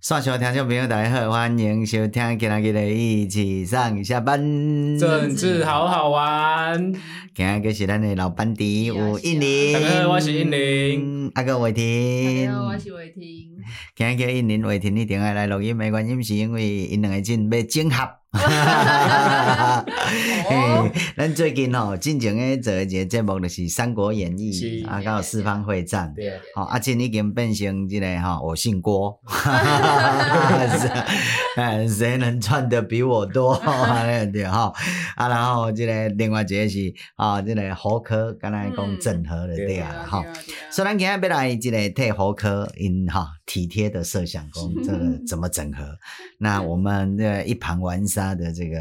线上听众朋友大家好，欢迎收听今日的一起上下班， 政治好好玩。 今日是咱的老班底有印玲， 大家好，我是印玲， 阿个伟婷， 大家好，我是伟婷。 今日叫印玲、伟婷一定要来录音的原因是因为因两个真要整合。咱最近进前诶做一个节目就是《三国演义》，啊，还有四方会战，阿进已经变成这个我姓郭，谁能赚的比我多？对哈，啊，然后这个另外一个是这个侯科，刚才讲整合的对啊，哈，所以咱今日要来这个替侯科因体贴的设想讲这个怎么整合，那我们一盘玩沙的这个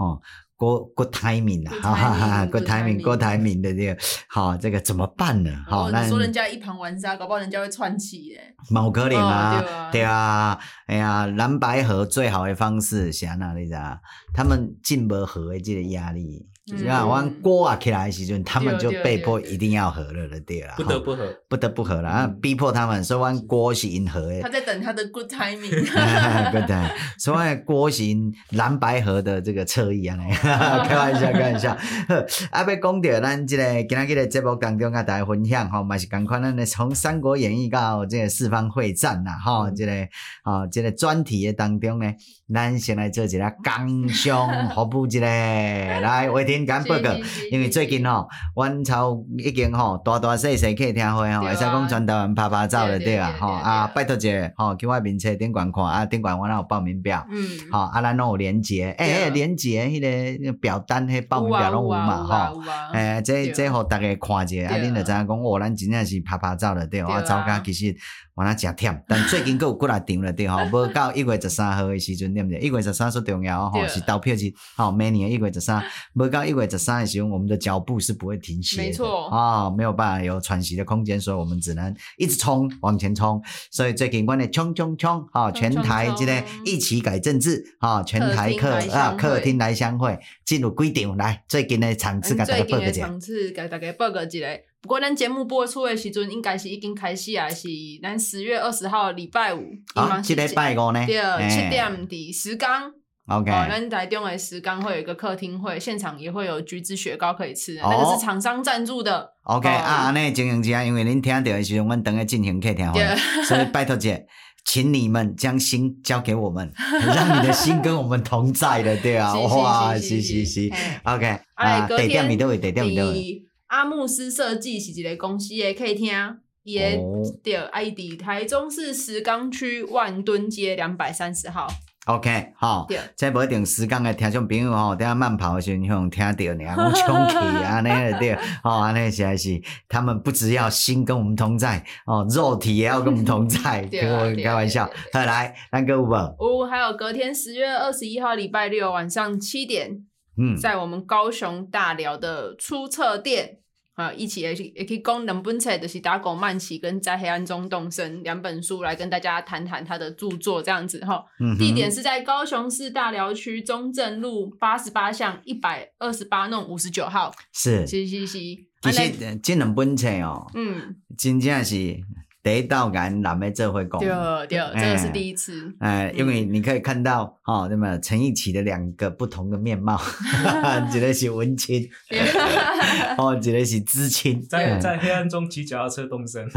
good timing 啊，good timing 的这个这个怎么办呢？ 你说人家一盘玩沙，搞不好人家会串起耶。 有可能啊，对啊，哎呀，蓝白合最好的方式是哪里的？他们进不合的这个压力。那我锅起来的时候，他们就被迫一定要合了对啦，不得不合啦，逼迫他们，所以我锅是因合的。 他在等他的 good timing。 good timing， 所以锅是因蓝白合的这个侧翼啊，开玩笑。要讲到咱这个今日的节目当中，跟大家分享嘛是同款，咱从《三国演义》到这个四方会战啦，这个专题的当中呢，咱先来做一个工商服务一个来伟霆讲报告，因为最近阮超已经大细去听会会使讲全台湾拍照了对啊，拜托者去我面册顶悬看啊，顶悬我有报名表，咱拢有连结，连结迄个表单迄报名表拢有嘛这互大家看者，恁就知影讲咱真正是拍照了对，我走甲其实我那真忝，但最近还有几啊场了对无到1月13号的时阵对不对？1月13最重要是投票日每年1月13，无到1月13的时候，我们的脚步是不会停歇的， 没错没有办法有喘息的空间，所以我们只能一直冲往前冲。所以最近我们冲全台这个一起改政治全台客厅来相会，进入几场来最近的场次，给大家报个一下。 场次给大家报个一下。不过咱节目播出的时阵，应该是已经开始啊，是咱10月20号礼拜五， 这礼拜五呢， 对，7点伫石冈。 OK， 咱台中的石冈会有一个客厅会，现场也会有橘子雪糕可以吃，那个是厂商赞助的。 OK，安尼情形之下，因为恁听到的时候，阮等下进行客厅会，所以拜托姐，请你们将心交给我们，让你的心跟我们同在的，对啊，哇，是 ，OK， 地点咪都会， 阿慕斯设计是一个公司的客厅，伊的对，伊伫台中市石冈区万敦街230号。 OK， 这无一定石冈的听众朋友等下慢跑的时候听到尔，讲冲起安尼的对，安尼实在是他们不只要心跟我们同在肉体也要跟我们同在，开玩笑。好来，咱个有无？ 还有隔天10月21号礼拜六晚上7点，在我们高雄大寮的初测店。一起也可以讲两本册，就是打狗慢骑跟在黑暗中动身2本书来跟大家谈谈他的著作这样子地点是在高雄市大寮区中正路88巷128弄59号。是。其实这两本册真正是第一道咱南的做伙讲， 对，这个是第一次。 因为你可以看到那么陈奕奇的2个不同的面貌，一个是文青，一个是知青， 在黑暗中骑脚踏车动身，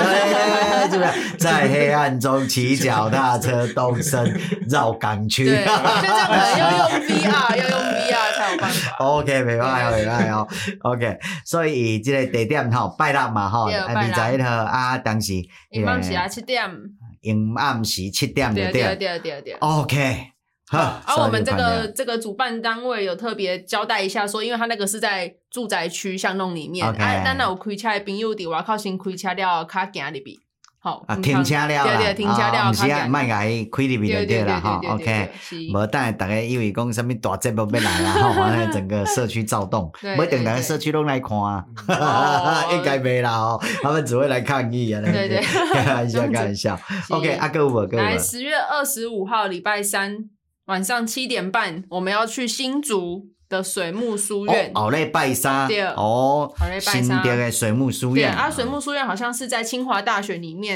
在黑暗中骑脚踏车动身绕港区， 对，就这样可能要用 VR 才有办法。 OK， 没办法OK， 所以这个地点拜六嘛21号当时。 阴暗时7点， 阴暗时7点对。 对。 OK， 好。 我们这个主办单位有特别交代一下说，因为他那个是在住宅区巷弄里面，咱有开车的朋友伫外口先开车了，较行入去。 停车了啦， 对，停车了， 不是莫甲伊开入去就对啦OK， 无等下大家以为讲什么大节目要来啦完了整个社区躁动，不一定大家社区都来看应该没啦他们只会来抗议啊，对，开玩笑 OK， 各位来 10月25号礼拜3晚上7点半，我们要去新竹的水木书院后礼拜3新竹的水木书院对水木书院好像是在清华大学里面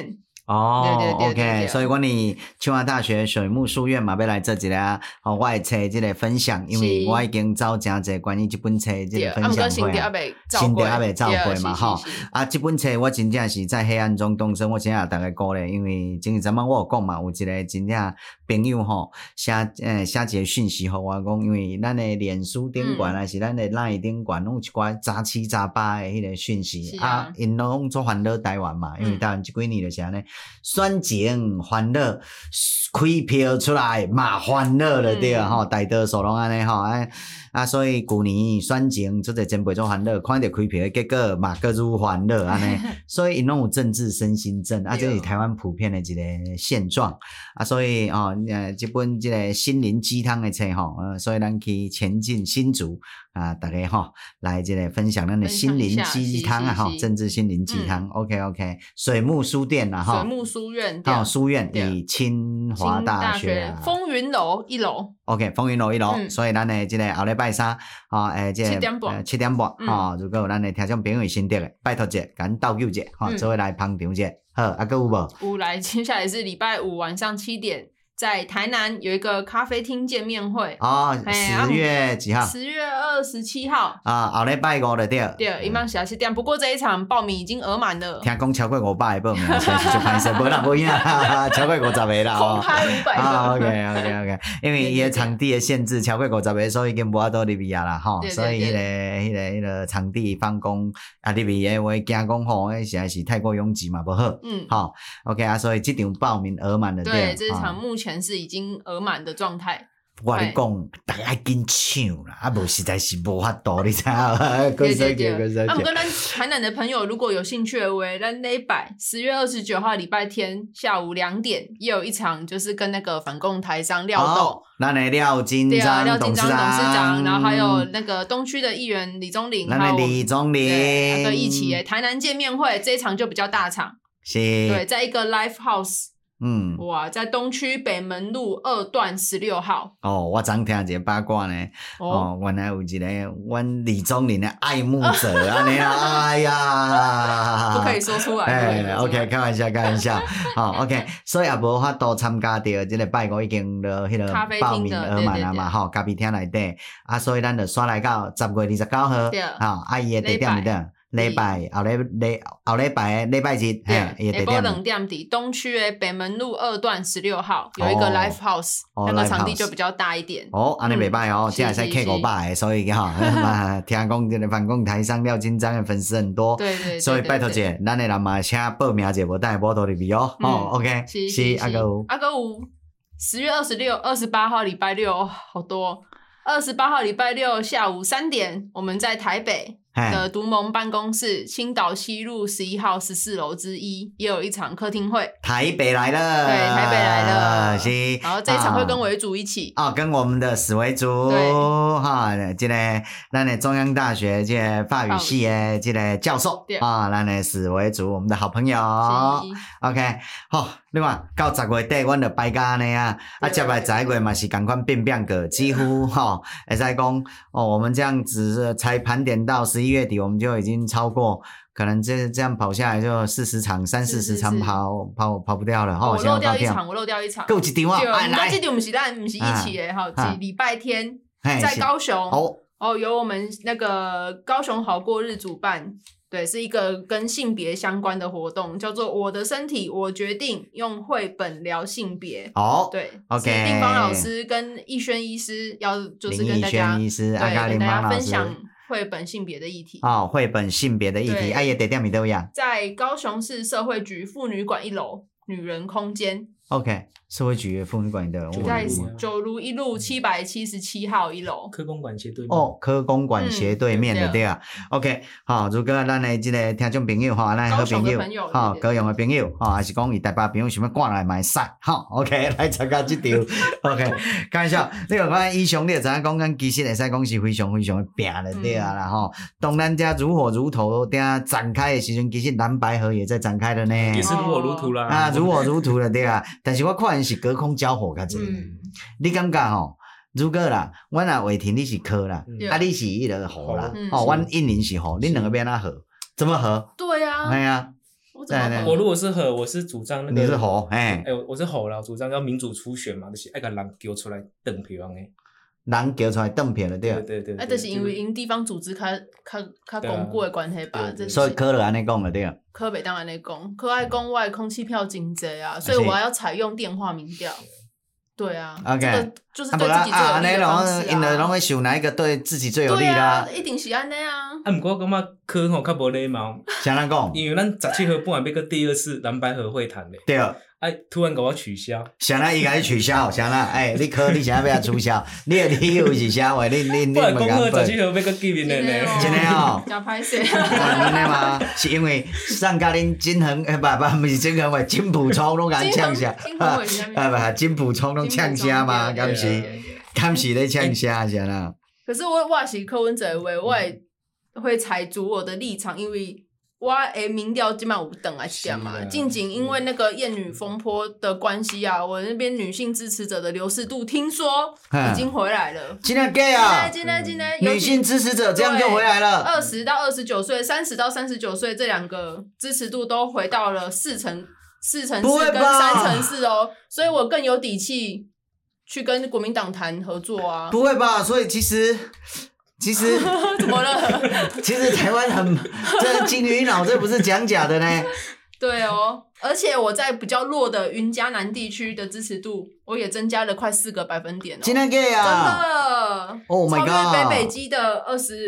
哦， 对对对对 OK， 对所以阮哩清华大学水木书院嘛，要来做一个我的册这个分享，因为我已经走真侪关于这本册这个分享会啊，新的还未走过嘛吼。啊，这本册我真正是在黑暗中动身，我真正大家鼓励，因为前阵我有讲嘛，有一个真正朋友吼写一个讯息互我讲，因为咱的脸书顶管还是咱的 LINE 顶管，拢有一寡杂七杂八的迄个讯息啊，因拢做烦恼台湾嘛，因为台湾这几年就是安尼。选情欢乐，开票出来嘛欢乐了对啊吼，大多数拢安尼吼，所以旧年选情出者真袂做欢乐，看到开票的结果嘛各如欢乐安尼，所以因拢有政治身心症啊，这是台湾普遍的一个现状啊，所以这本这个心灵鸡汤的册吼，所以咱去前进新竹啊，大家吼来这个分享咱的心灵鸡汤啊吼，政治心灵鸡汤，OK， 水木书店啊哈。 木书院， 书院以清华大学风云楼1楼 ，OK， 风云楼1楼，所以咱的这个后礼拜三这 7点半， 如果有咱的听众朋友心得的，拜托者，甲咱斗救者，做伙来捧场者，好，还有无？ 有来，接下来是礼拜5晚上7点。在台南有一个咖啡厅见面会 10月几号 ？10月27号后礼拜5就对。 对，一般是7点，不过这一场报名已经额满了。 听讲超过500个报名，真是就歹势，无啦无影，超过50个啦。 空拍500个。 OK， 因为伊个场地的限制超过50个，所以已经无法度入去啊啦吼。所以迄个场地放公入去的话，惊讲吼，实在是太过拥挤嘛，不好。好 ，OK 所以这场报名额满了对，这场目前是已经额满的状态。 我跟你讲，大家紧抢啦，无实在是无法度，你知道吗？ 对。不过咱台南的朋友如果有兴趣的话，咱礼拜10月29号礼拜天下午2点也有一场，就是跟那个反共台商廖斗， 咱的廖金章董事长， 然后还有那个东区的议员李宗霖， 咱的李宗霖， 那个一起台南见面会，这一场就比较大场， 是， 对，在一个 Live House。哇，在东区北门路2段16号。 我昨听一个八卦呢，原来有一个阮李宗霖的爱慕者安尼啊，哎呀， 不可以说出来。 OK， 开玩笑，OK， 所以也无法度参加到这个拜5已经的迄个报名额满了嘛，咖啡厅内底所以咱就刷来到10月29號，伊的地點伫倒。后禮拜禮拜日， 下晡2點伫東區的北門路2段16號有一個 Live House，那個場地就比較大一點。 安尼袂歹這還使客500個，所以聽講這個反共台商廖金章的粉絲很多，對，所以拜託者，咱的人嘛請報名者，無等下無到入去OK， 是，還有 10月26、28號禮拜6，好多。28號禮拜6下午3點，我們在台北的獨盟辦公室青島西路11號14樓之1也有一場客廳會。 台北來了， 對，台北來了， 是。 然後這一場會跟維祖一起。 跟我們的史維祖，這個咱的中央大學這個法語系的這個教授，咱的史維祖，我們的好朋友。OK， 好，你看到10月底，阮就擺假呢接來11月嘛是同款變個，幾乎會使講我們這樣子才盤點到11月底，我們就已經超過，可能這樣跑下來就40場、30-40場跑不掉了。 我漏掉一場。 還有一場啊！ 來，這場不是一起的，是禮拜天在高雄。由我們那個高雄好過日主辦。对，是一個跟性別相關的活動，叫做我的身體我決定，用繪本聊性別。對 ，OK， 是定方老師跟逸軒醫師就是跟大家跟大家分享繪本性別的議題。 繪本性別的議題，也地點在哪裡？ 在高雄市社會局婦女館1樓女人空間。OK， 社會局婦女館的在九如一路777號1樓， 科公館斜對面。 科公館斜對面的對啊。OK， 如果咱的這個聽眾朋友咱的好朋友高雄的朋友還是講以台北朋友想要趕來買晒，OK， 來參加這場。OK， 開玩笑，你有看以上你就知影講，咱其實會使講是非常非常的拼的對啊啦吼。當咱這如火如荼展開的時陣，其實藍白河也在展開了呢。 也是如火如荼啦。 如火如荼了對啊。但是我看人是隔空交火較濟，你感覺如果啦，阮偉霆你是科啦，你是迄個火啦，阮印寧是火，恁兩個要怎合？怎麼合？ 對啊， 哎呀， 怎么和？ 我如果是和，我是主张那个。 你是和， 我是和啦，我主张要民主初选嘛，就是爱把人叫出来投票诶。 人叫出来投票了，对。 对。 就是因为因地方组织较巩固的关系吧， 所以可就安尼讲了，对。 可袂当安尼讲，可爱讲我的空气票真济啊，所以我要采用电话民调。对啊，这个就是对自己最有利的方式啊。 因为拢会想哪一个对自己最有利啦。 对啊，一定是安尼啊。 不过我感觉柯吼较无礼貌。 谁人讲？ 因为咱17号本来要搁第二次蓝白合会谈咧。 对。 突然给我取消。 谁人伊甲你取消？谁人？你柯你想要要取消？你的理由是啥话？你不然讲好17号要搁见面的呢。 真的哦。 真歹势。 真的吗？是因为上甲恁金恒不是金恒话，金溥聪拢甲呛下。金溥聪拢呛下嘛？敢是咧呛下是啦。 可是我是柯文哲的话，我会踩足我的立场，因为我的民调基本上有等来讲嘛。近景因为那个厌女风波的关系啊，我那边女性支持者的流失度听说已经回来了。 真的假啊？ 真的， 女性支持者这样就回来了。 20到29岁、30到39岁这两个支持度都回到了4成4跟3成4哦，所以我更有底气去跟国民党谈合作啊。 不会吧？所以其实怎么了？ 其实台湾这金鱼脑，这不是讲假的呢。 对哦，而且我在比较弱的云嘉南地区的支持度，我也增加了快4个百分点哦。 真的假啊？ 真的 ！Oh my god！ 超越北基的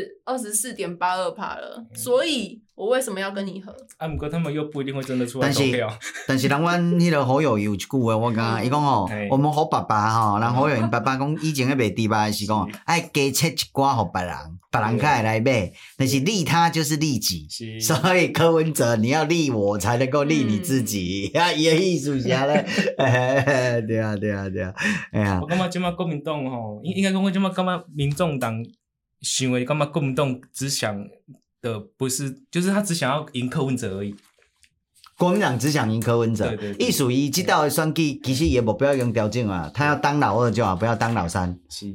24.82%了。所以我为什么要跟你合？ 不过他们又不一定会真的出来投票。 但是人阮迄个好友有一句话，我讲，伊讲吼，我们好爸爸吼，人好友因爸爸讲，以前咧卖猪肉的是讲，爱加切一寡互别人较会来买，但是利他就是利己，所以柯文哲你要利我，才能够利你自己。伊的意思是啥咧？对啊，哎呀， 我感觉即摆国民党吼，应该讲我即摆感觉民众党想的，感觉国民党只想的不是，就是他只想要赢柯文哲而已。 国民党只想赢柯文哲，意思伊这道的选举其实也目标已经调整啊，他要当老二就好，不要当老三。 是，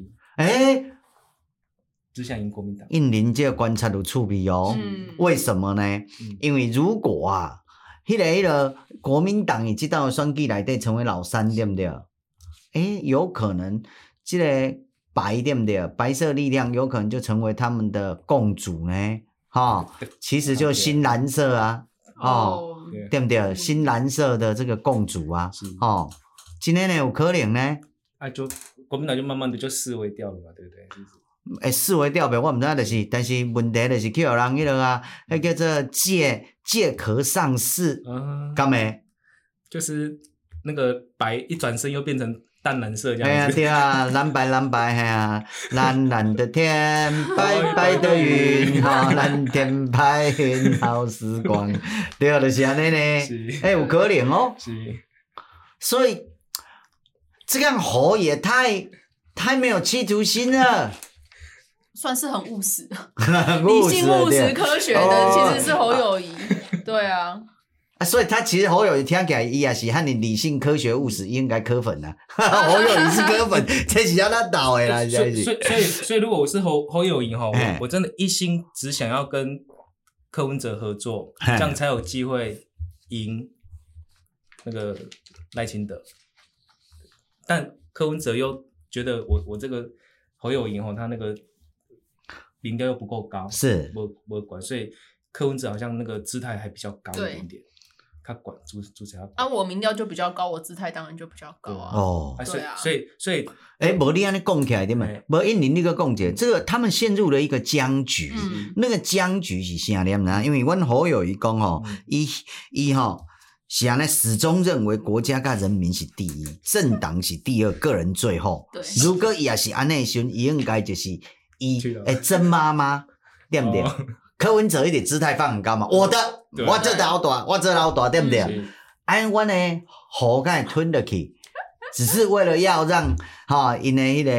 只想赢国民党。 印林这个观察有趣味哦，为什么呢？因为如果啊，迄个国民党以这道的选举内底成为老三，对不对？有可能这个白对不对？白色力量有可能就成为他们的共主呢。其实就新蓝色啊，对不对？新蓝色的这个共主啊，今天呢有可能呢， 就国民党就慢慢的就式微掉了嘛，对不对？ 式微掉呗，我唔知就是，但是问题就是去有人迄个啊，那叫做借壳上市，干咩？ 就是那个白一转身又变成淡蓝色这样子。 对啊，蓝白，蓝蓝的天，白白的云，蓝天白云好时光，对啊，就是安尼呢。有可能哦。是。所以这样猴也太没有企图心了。 算是很务实，理性务实科学的其实是侯友宜，对啊。 所以他其实侯友宜听起来伊也是和你理性科学务实应该柯粉啊，侯友宜是柯粉，这是要他倒的啦。 所以如果我是侯友宜哈，我真的一心只想要跟柯文哲合作，这样才有机会赢那个赖清德。但柯文哲又觉得我这个侯友宜他那个民调又不够高， 是没管，所以柯文哲好像那个姿态还比较高一点点。他管主持要我民调就比较高，我姿态当然就比较高啊。 所以无你安尼讲起来对吗？无印尼那个讲起来，这个他们陷入了一个僵局。那个僵局是啥呢？因为阮侯友宜讲伊是安尼始终认为国家跟人民是第一，政党是第二，个人最后。如果伊也是安尼的时候，伊应该就是伊真妈妈，对不对？柯文哲一点姿态放很高嘛，我这老大，对不对？我呢，猴该吞得起，只是为了要让因的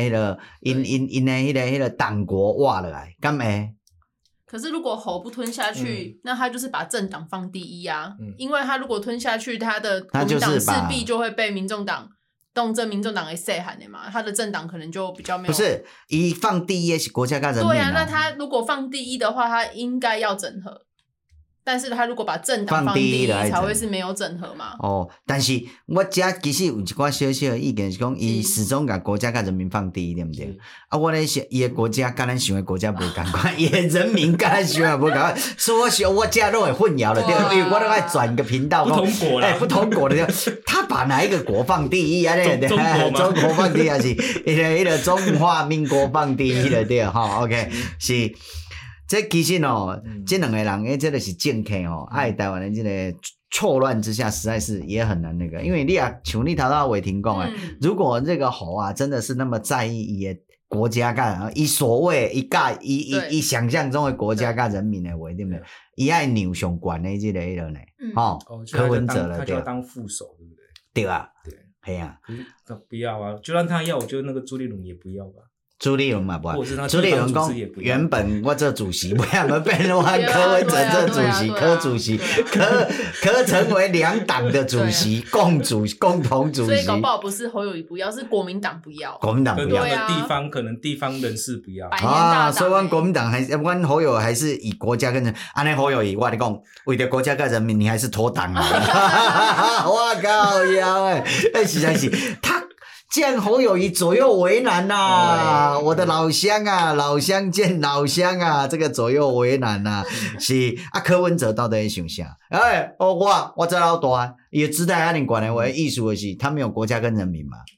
迄个党国挖了来，敢会？ 可是如果猴不吞下去，那他就是把政党放第一啊，因为他如果吞下去，他的国民党势必就会被民众党。动这民众党的细汉的嘛，他的政党可能就比较没有。不是， 伊放第一是国家跟人民。 对啊，那他如果放第一的话，他应该要整合。 但是他如果把政党放第一，才会是没有整合嘛。 但是我遮其实有一寡小小的意见是讲，伊始终把国家甲人民放第一，对不对？我咧想，伊的国家甲咱想的国家无共款，伊的人民甲咱想的无共款，所以我遮都会混淆了，对，因为我都爱转一个频道， 不同国啦， 不同国的，他把哪一个国放第一啊？中国吗？中国放第一还是迄个中华民国放第一的对哈 ？OK 是。这其实这两个人这个是政客爱台湾的这个错乱之下，实在是也很难那个，因为你像你头头伟霆讲如果这个侯啊真的是那么在意伊的国家甲伊所谓伊想象中的国家甲人民的话，对不对？伊爱扭上悬的这个呢，柯文哲了， 他就要当副手，对不对？ 对啊， 对， 嘿啊， 不要啊，就算他要，我觉得那个朱立伦也不要吧。 朱立伦嘛不，朱立伦讲原本我做主席，不要么变换柯文哲做主席，柯主席，柯成为两党的主席，共同主席。 所以搞不好不是侯友宜不要，是国民党不要。 国民党不要， 可能地方人士不要啊。所以阮国民党还是阮侯友还是以国家跟人，安尼侯友宜我跟你讲，为了国家跟人民，你还是脱党啊！我靠腰实在是他。这样侯友宜左右为难呐，我的老乡啊，老乡见老乡啊，这个左右为难呐，是柯文哲到底在想啥？我这老大，伊姿态安尼悬的话，意思的是他没有国家跟人民嘛。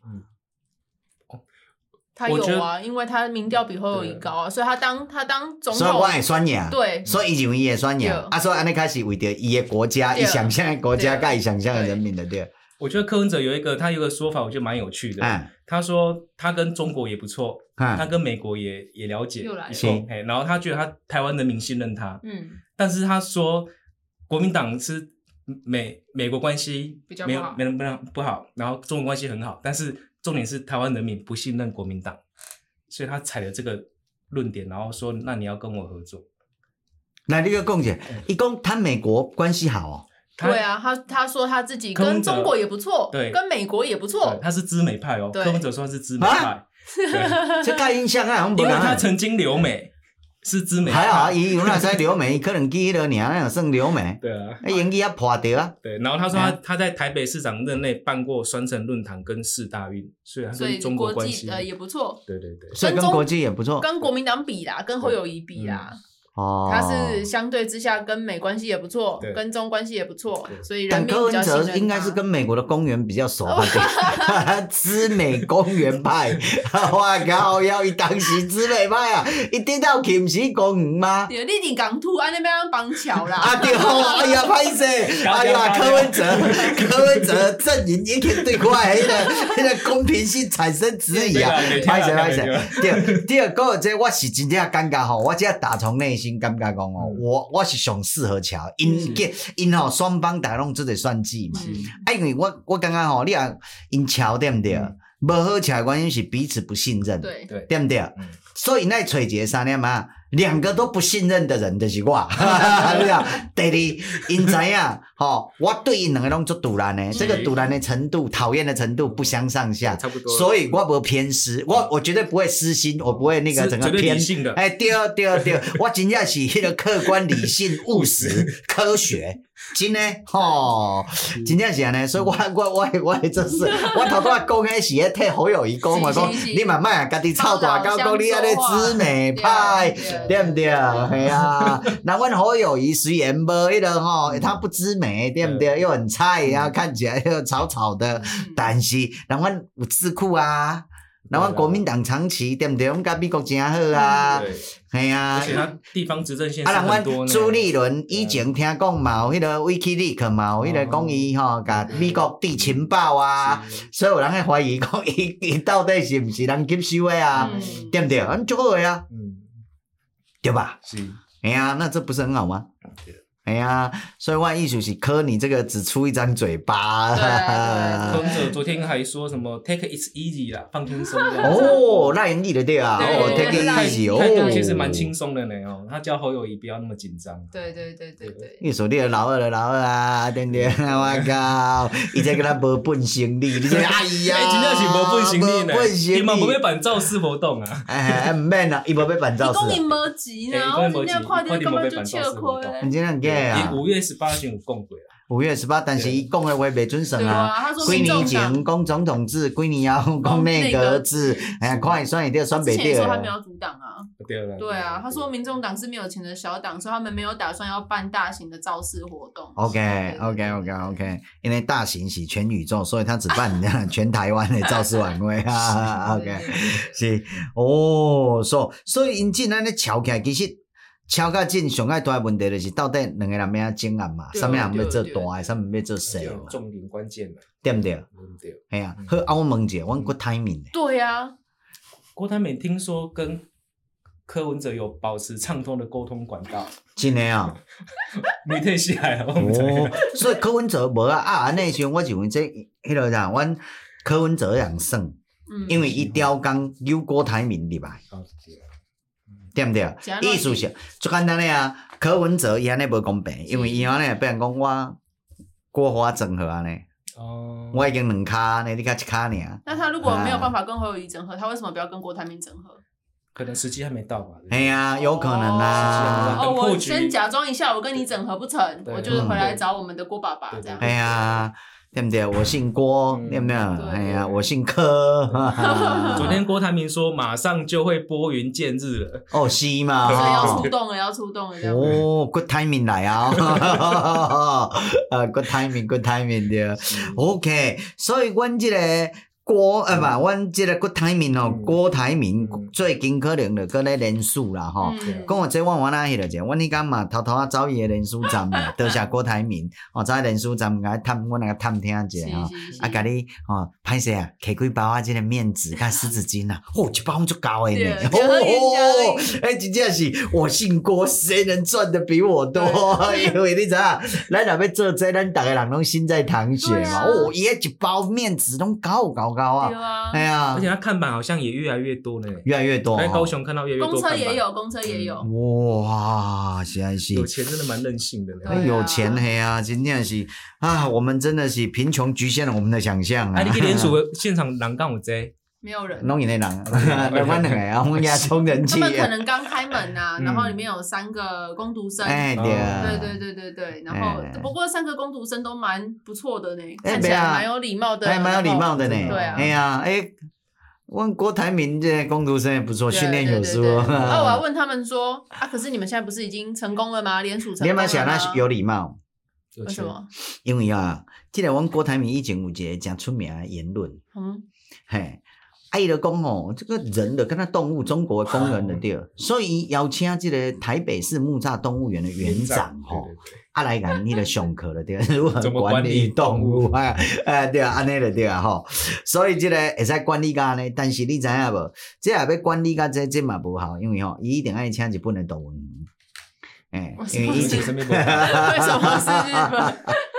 他有啊，因为他民调比侯友宜高啊，所以他当总统， 所以我会选赢， 对， 所以伊认为伊会选赢，所以安尼开始为着伊的国家，伊想象的国家，甲伊想象的人民的对。 我觉得柯文哲他有一个说法，我觉得蛮有趣的。他说他跟中国也不错，他跟美国也了解不错，然后他觉得他台湾人民信任他。但是他说国民党是美国关系比较不好，然后中国关系很好，但是重点是台湾人民不信任国民党，所以他采了这个论点，然后说那你要跟我合作。 那你个讲者，伊讲他美国关系好对啊，他说他自己跟中国也不错， 对， 跟美国也不错， 他是知美派柯文哲说他是知美派， 这盖印象啊， 因为他曾经留美，是知美派， 还好啊，伊有那在留美，可能记迄个尔，那算留美， 对啊， 演技也破掉啊， 对，然后他说他在台北市长任内办过双城论坛跟世大运，所以他跟中国关系也不错， 对， 所以跟国际也不错， 跟国民党比啦，跟侯友宜比啦。他是相对之下跟美关系也不错，跟中关系也不错，所以人民比较信任他。 但柯文哲应该是跟美国的公园比较熟吧？知美公园派，我靠，伊当时知美派啊，伊顶到去不是公园吗？ 对，你伫港土安尼要绑桥啦。 啊对，哎呀，歹势，哎呀，柯文哲阵营已经对我迄个公平性产生质疑啊，歹势。对，个这我是真正感觉吼，我只打从内心。感觉讲我是上适合桥，因双方大家拢做者算计嘛。因为我感觉你因桥对不对？无好桥的原因是彼此不信任，对不对？所以那找一个三点嘛，两个都不信任的人就是我。第二，因知影我对因两个拢做杜烂的，这个杜烂的程度、讨厌的程度不相上下， 差不多。 所以我无偏私，我绝对不会私心，我不会那个整个偏性的。 对，我真正是迄个客观、理性、务实、科学。真的真正是安尼，所以我这是我头拄仔讲迄是咧替侯友宜讲嘛，讲你嘛莫家己臭大狗讲你安尼知美派，对不对？系啊，那阮侯友宜虽然无迄个他不知美，对不对？又很菜啊，看起来又草草的，但是人阮有智库啊。那阮国民党长期对不对？我们甲美国真好啊，系啊。 而且他地方执政县市很多呢。 朱立伦以前听讲嘛有迄个 WikiLeaks 嘛有迄个讲伊甲美国递情报啊，所以有人会怀疑讲伊到底是毋是人接收的啊？对不对？很足好的啊，对吧？ 是。 哎呀，那这不是很好吗？哎呀，所以我意思是柯你这个只出一张嘴巴。 柯文哲昨天还说什么 take it easy 啦，放轻松。 那演绎的对啊，take it easy 态度其实蛮轻松的呢他叫侯友宜不要那么紧张。 对。 你说你的老二啊，对不对？我靠，伊这跟他无本生理，你这哎呀， 真正是无本生理呢。伊嘛无要办造势活动啊。 唔免啊，伊无要办造势。 伊讲伊无钱啊，我真正看到根本就笑亏。 真正假。 5月18日有讲过啦。 5月18，但是伊讲的话袂准算啊。他说几年前讲总统制，几年后讲内阁制，哎呀，看伊选会对，选袂对。 之前说他没有阻挡啊。 对啊，他说民众党是没有钱的小党，所以他们没有打算要办大型的造势活动。 OK， 因为大型是全宇宙，所以他只办全台湾的造势晚会啊。OK， 是哦，所以因进咱咧吵起来，其实。超较近上爱大的问题就是到底两个人要怎争案嘛？啥物人要做大的，啥物要做小的嘛？ 重点关键嘛， 对不对？对，系啊。好，我问一下，阮郭台铭。 对啊， 郭台铭听说跟柯文哲有保持畅通的沟通管道。 真的啊？ 媒体写的，我唔知。 所以柯文哲无安尼时，我认为这迄个啥，阮柯文哲人算，因为伊雕工由郭台铭入来。对不对？意思是最简单的啊，柯文哲伊安尼无公平，因为伊安尼变讲我郭华整合安尼，我已经2卡呢，你才1卡尔。 那他如果没有办法跟侯友宜整合，他为什么不要跟郭台铭整合？ 可能时机还没到吧。 哎呀，有可能啊。 我先假装一下，我跟你整合不成，我就是回来找我们的郭爸爸这样。 哎呀。对不对？我姓郭，对不对？哎呀，我姓柯。 昨天郭台铭说马上就会拨云见日了。 哦，是嘛？ 所以要出动了，要出动了。 哦 ，good timing 来啊！good timing，good timing 对。OK， 所以阮这个。阮即个郭台铭吼，郭台铭最近可能就搁咧连署啦吼。讲我这我哪迄个者，阮迄天嘛偷偷啊走伊个连署站咧，多谢郭台铭，走去连署站甲探，阮来探听一下吼，甲你歹势啊，摕几包啊，即个面纸甲湿纸巾啊，一包就高诶呢，真正是我姓郭，谁能赚得比我多？因为你知影，咱若要做这，咱逐个人拢心在淌血嘛。伊迄一包面纸拢高啊， 对啊， 哎呀， 而且它看板好像也越来越多呢， 越来越多。 在高雄看到越来越多公车也有， 哇，实在是有钱真的蛮任性的呢。 有钱嘿啊，真正是啊，我们真的是贫穷局限了我们的想象啊。 你去联署现场人敢有这？ 没有人， 拢因的人，台湾人啊，我们家充人气。 他们可能刚开门呐，然后里面有3个工读生， 哎对， 然后不过3个工读生都蛮不错的呢，看起来蛮有礼貌的， 还蛮有礼貌的呢。 对啊， 哎呀，问郭台铭这工读生也不错，训练有素。 我还问他们说可是你们现在不是已经成功了吗？联署成功了吗？ 你有没有想他有礼貌？ 为什么？ 因为记得阮郭台铭以前有一个真出名的言论，嘿。伊就讲这个人的跟他动物，中国的工人的对，所以邀请这个台北市木栅动物园的园长来讲你的上课了对，如何管理动物对啊，安尼就对啊吼。所以这个会使管理甲呢，但是你知影无？这也要管理甲这嘛不好，因为伊一定爱请日本的动物园，因为以前为什么是日本？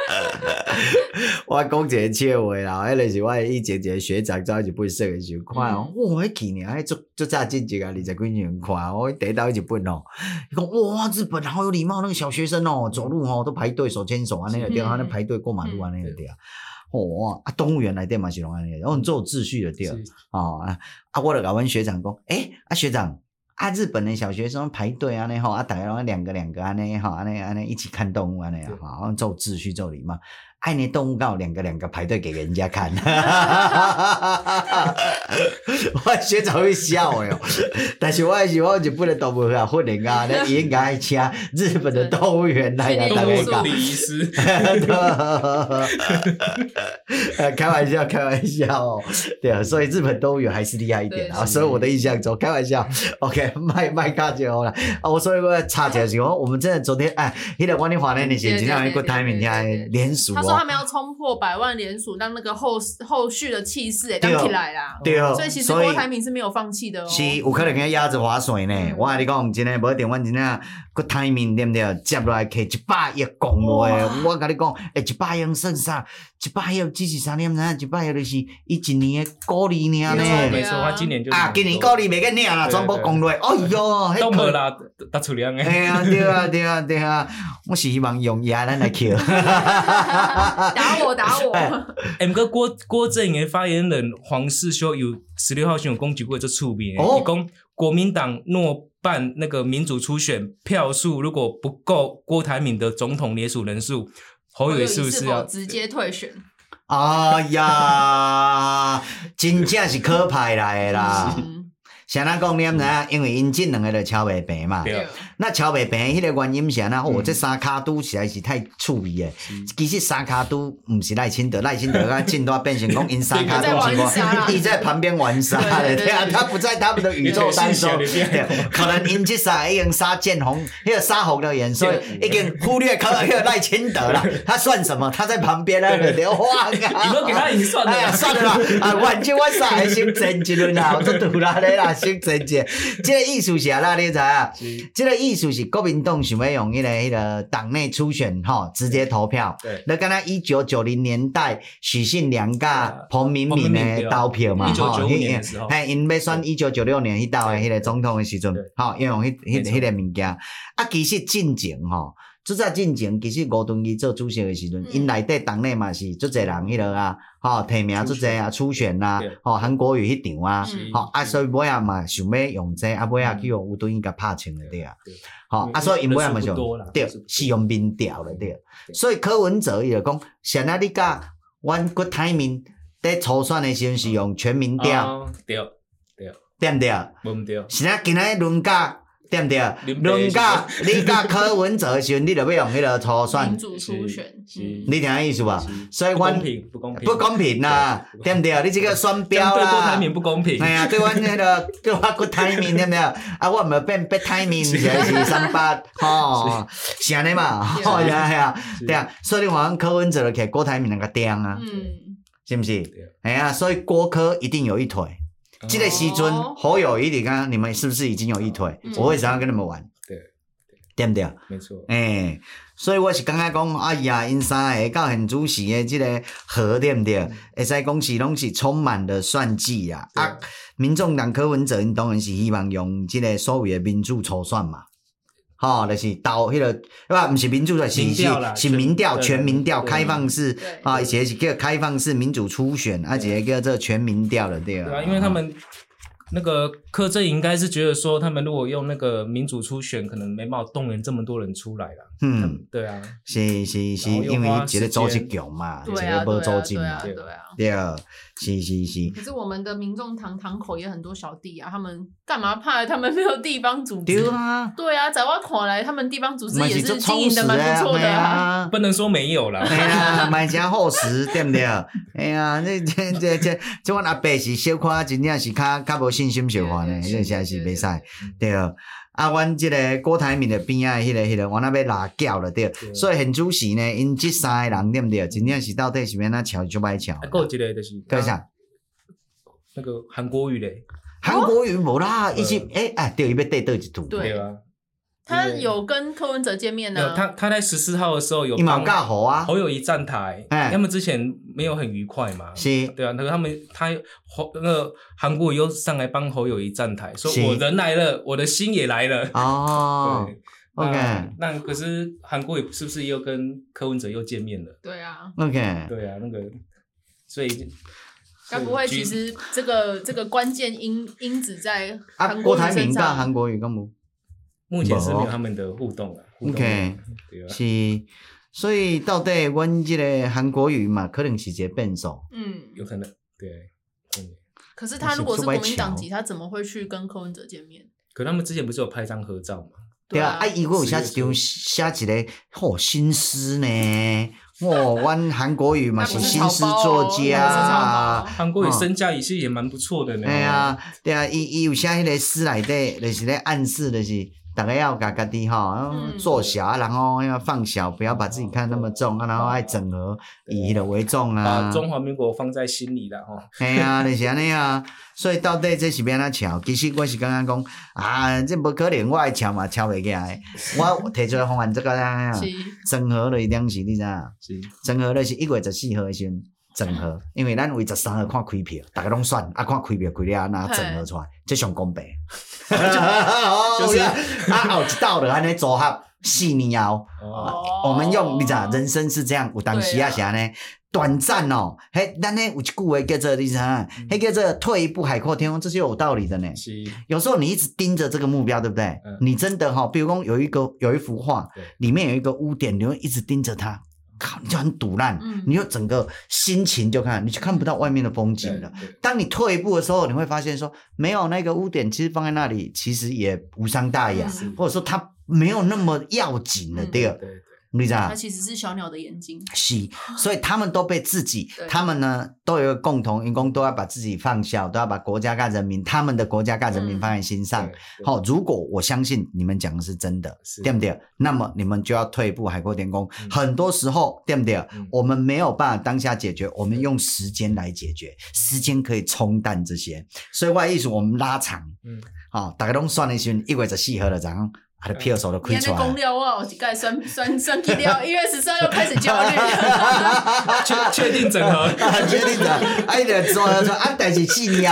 我讲一个笑话啦，迄个是我以前一个学长走去日本说的时候，看迄去年迄足早进前啊，20几年看，我第一到日本伊讲哇，日本好有礼貌，那个小学生走路都排队手牵手安尼对，他那排队过马路安尼对啊。动物园内底嘛是拢安尼，然后很有秩序的对我就甲阮学长讲，学长。日本的小学生排队安尼大家拢两个安尼安尼一起看动物安尼做秩序做礼貌。那动物刚好两个排队给人家看，我学长会笑但是我日本的动物园混人伊应该请日本的动物园来大家搞。 礼仪师， 开玩笑对啊，所以日本动物园还是厉害一点所以我的印象中开玩笑 ，OK， 卖卡就好了所以我插一下是我们真的昨天那个我哋华人的是真正一个台面联署他说他们要冲破100万联署，让那个后续的气势也刚起来啦。 对， 所以其实郭台铭是没有放弃的是有可能跟鸭子划水呢。我跟你讲，真的无一定，阮真正郭台铭对不对？接落来摕100亿讲话，我跟你讲，100亿算啥？100亿只是啥念啥？100亿就是伊一年的鼓励尔呢。 没错，他今年就今年鼓励袂个领啦，全部讲落。哎哟， 都无啦，打出量诶。 哎呀，对啊，我是希望用鸭咱来扣。 打我！ 不过郭正英的发言人黄世修有16号新闻讲一句做趣味的，伊讲国民党若办那个民主初选票数如果不够郭台铭的总统联署人数，侯友宜是不是要直接退选？ 哎呀，真正是可派来的啦！像咱讲，你毋知影，因为因这两个就超袂平嘛。那超袂平，迄个原因是安那？这三卡都实在是太趣味诶。其实三卡都毋是赖清德，赖清德他进都变成讲因三卡都是我，伊在旁边玩沙的，对啊，他不在他们的宇宙当中。可能因这三已经杀建宏，迄个杀红的眼，所以已经忽略迄个赖清德了。他算什么？他在旁边那个流晃啊！ 你都给他赢算了， 哎呀，算了啦！啊，反正我三个先争一轮啦，我做杜拉咧啦。先真者，这个意思是啊，你知啊？这个意思是国民党想要用迄个党内初选直接投票。 对， 那刚才1990年代许信良甲彭明敏的投票嘛 ，1995年的时候， 因要选1996年迄道的迄个总统的时阵，要用迄个物件。啊，其实进前做在进前，其实吴敦义做主席的时阵，因内底党内嘛是足侪人迄个啊，提名足侪啊，初选啊，韩国瑜迄场啊，所以尾仔嘛想要用这，尾仔叫吴敦义甲拍清了对啊，所以因尾仔嘛想对，是用民调了对，所以柯文哲伊就讲，现在你甲阮郭台铭在初选的时阵是用全民调，对毋对？ 无对， 是啊，今仔轮甲。对毋对？论甲你甲柯文哲的时阵，你就要用迄个初选。 民主初选， 你听意思吧？所以不公平啦， 对毋对？你这个选标啦， 对郭台铭不公平。 哎呀，对阮迄个对我郭台铭对毋对？啊，我毋变台铭，是38，是安尼嘛？对啊，所以你看柯文哲就摕郭台铭那个钉啊，是毋是？哎呀，所以郭柯一定有一腿。这个时阵，侯友宜，你们是不是已经有一腿？我会想要跟你们玩，对不对？ 没错。 所以我是感觉讲，哎呀，因三个到现主席的这个和，对不对？会使讲是拢是充满了算计啊！民众党柯文哲，因当然是希望用这个所谓的民主初选嘛。就是到迄个，不是民主的，是民调，全民调，开放式啊，一个是叫开放式民主初选，一个叫做全民调了，对啊，因为他们那个柯震应该是觉得说，他们如果用那个民主初选，可能没办法动员这么多人出来啦。对啊， 是，因为一个组织强嘛，一个无组织嘛，对啊，是。 可是我们的民众堂口也很多小弟啊，他们干嘛怕？他们没有地方组织。对啊，在我看来，他们地方组织也是经营的蛮不错的啊。 不能说没有啦。 哎呀，蛮真厚实，对不对？哎呀，这阮阿伯是小可真正是较无信心小可呢，这实在是袂使，对啊。阮这个郭台铭的边仔迄个，我那要拉轿了对，所以现主席呢，因这三个人对不对？真正是到底是要哪巧就歹巧。 还有一个就是， 干啥？ 那个韩国瑜嘞？ 韩国瑜无啦，伊是对，伊要对倒一组。 对啊。 他有跟柯文哲见面呢。 他在14号的时候有帮侯友宜站台，他们之前没有很愉快嘛， 是， 对啊，那个那个韩国瑜又上来帮侯友宜站台，说我人来了，我的心也来了。 对 ，OK。 那可是韩国瑜是不是又跟柯文哲又见面了？ 对啊 ，OK。 对啊，那个所以。 该不会其实这个关键因子在韩国瑜身上？郭台铭跟韩国瑜干嘛？ 目前是没有他们的互动了。 OK， 是，所以到底阮这个韩国瑜嘛，可能是一个变数。 有可能，对。 可是他如果是国民党籍，他怎么会去跟柯文哲见面？ 可他们之前不是有拍张合照吗？ 对啊，伊有写一个新诗呢。阮韩国瑜嘛是新诗作家啊， 韩国瑜身价也是也蛮不错的呢。 对啊，伊有写迄个诗内底，就是咧暗示就是。大家要家己做小，然后要放小，不要把自己看那么重，然后爱整合以的为重啊。 把中华民国放在心里啦哎呀，就是安尼啊。所以到底这是要安怎敲？其实我是感觉讲这无可能，我爱敲嘛敲袂起来。我提出来方案这个整合了一定是，你知影？整合了是1月14号的时阵整合，因为咱为13号看开票，大家拢选看开票开了哪整合出来，这上公平。就是后一道的安尼组合4年后，我们用你知道人生是这样，有当时是安尼， 短暂哦，咱有一句话叫做你知道，叫做退一步海阔天空，这是有道理的呢。有时候你一直盯着这个目标，对不对？你真的比如说有一幅画，里面有一个污点，你会一直盯着它。靠，你就很堵烂，你就整个心情就你就看不到外面的风景了。当你退一步的时候，你会发现说，没有那个污点，其实放在那里，其实也无伤大雅，或者说它没有那么要紧了，对。你知道它其实是小鸟的眼睛， 是，所以他们都被自己，他们呢都有一个共同，员工都要把自己放下，都要把国家跟人民，他们的国家跟人民放在心上。如果我相信你们讲的是真的，对不对？那么你们就要退一步海阔天空。很多时候，对不对？我们没有办法当下解决，我们用时间来解决，时间可以冲淡这些。所以我的意思，我们拉长，大家都算的时候1月14号了，然后。他的票手都开出来了。 公料我一盖酸去掉，1月13又开始焦虑。 确定整合， 确定整合。你就做，但是4年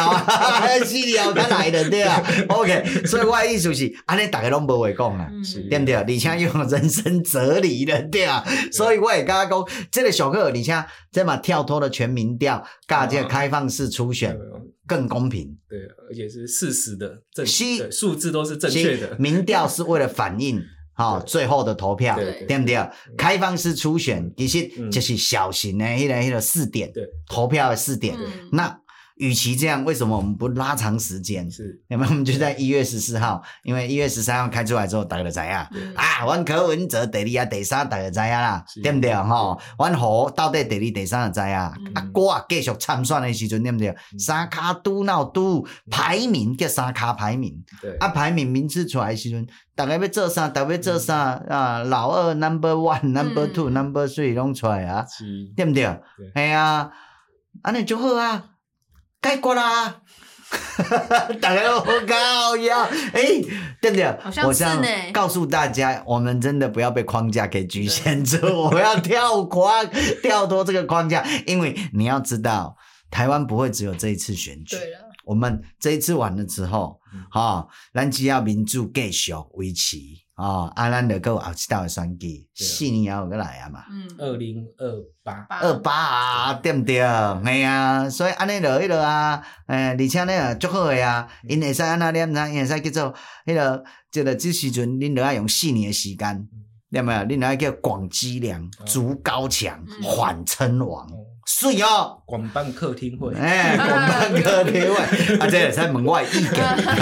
4年才来的对啊。OK， 所以我的意思是，安尼大家拢无话讲啦，对不对？而且用人生哲理的对啊。所以我也跟他讲，这个小课，而且这嘛跳脱了全民调，加这个开放式初选。更公平， 对，而且是事实的正确，数字都是正确的。 民调是为了反映最后的投票，对不对？开放式初选其实就是小型的那个4点，投票的4点。那与其这样，为什么我们不拉长时间？是，我们就在1月14号，因为1月13号开出来之后，大家就知道阮柯文哲第2、第3，大家知道啦，对不对？阮侯到底第2、第3就知道。我继续参选的时阵，对不对？3卡拄闹拄排名叫3卡排名，排名名次出来的时阵，大家要做啥？大家要做啥？老二 number 1、number 2、number 3拢出来啊，对不对？系啊，安尼就好啊。解决啦，大家好高呀，对不对？ 好像是呢。 我告诉大家，我们真的不要被框架给局限住，我们要跳脱这个框架，因为你要知道，台湾不会只有这一次选举。对了，我们这一次完了之后，咱只要民主继续维持。咱就有后一道的选举，4年后再来啊嘛。 2028 啊，对不对？系啊，所以安尼就迄落啊，而且呢足好的啊，因会使安那念啥？因会使叫做迄落，这时阵恁就要用4年的时间，对没有？恁就要叫广积粮，筑高墙，缓称王。水哦， 广办客厅会， 广办客厅会，这也在门外意见，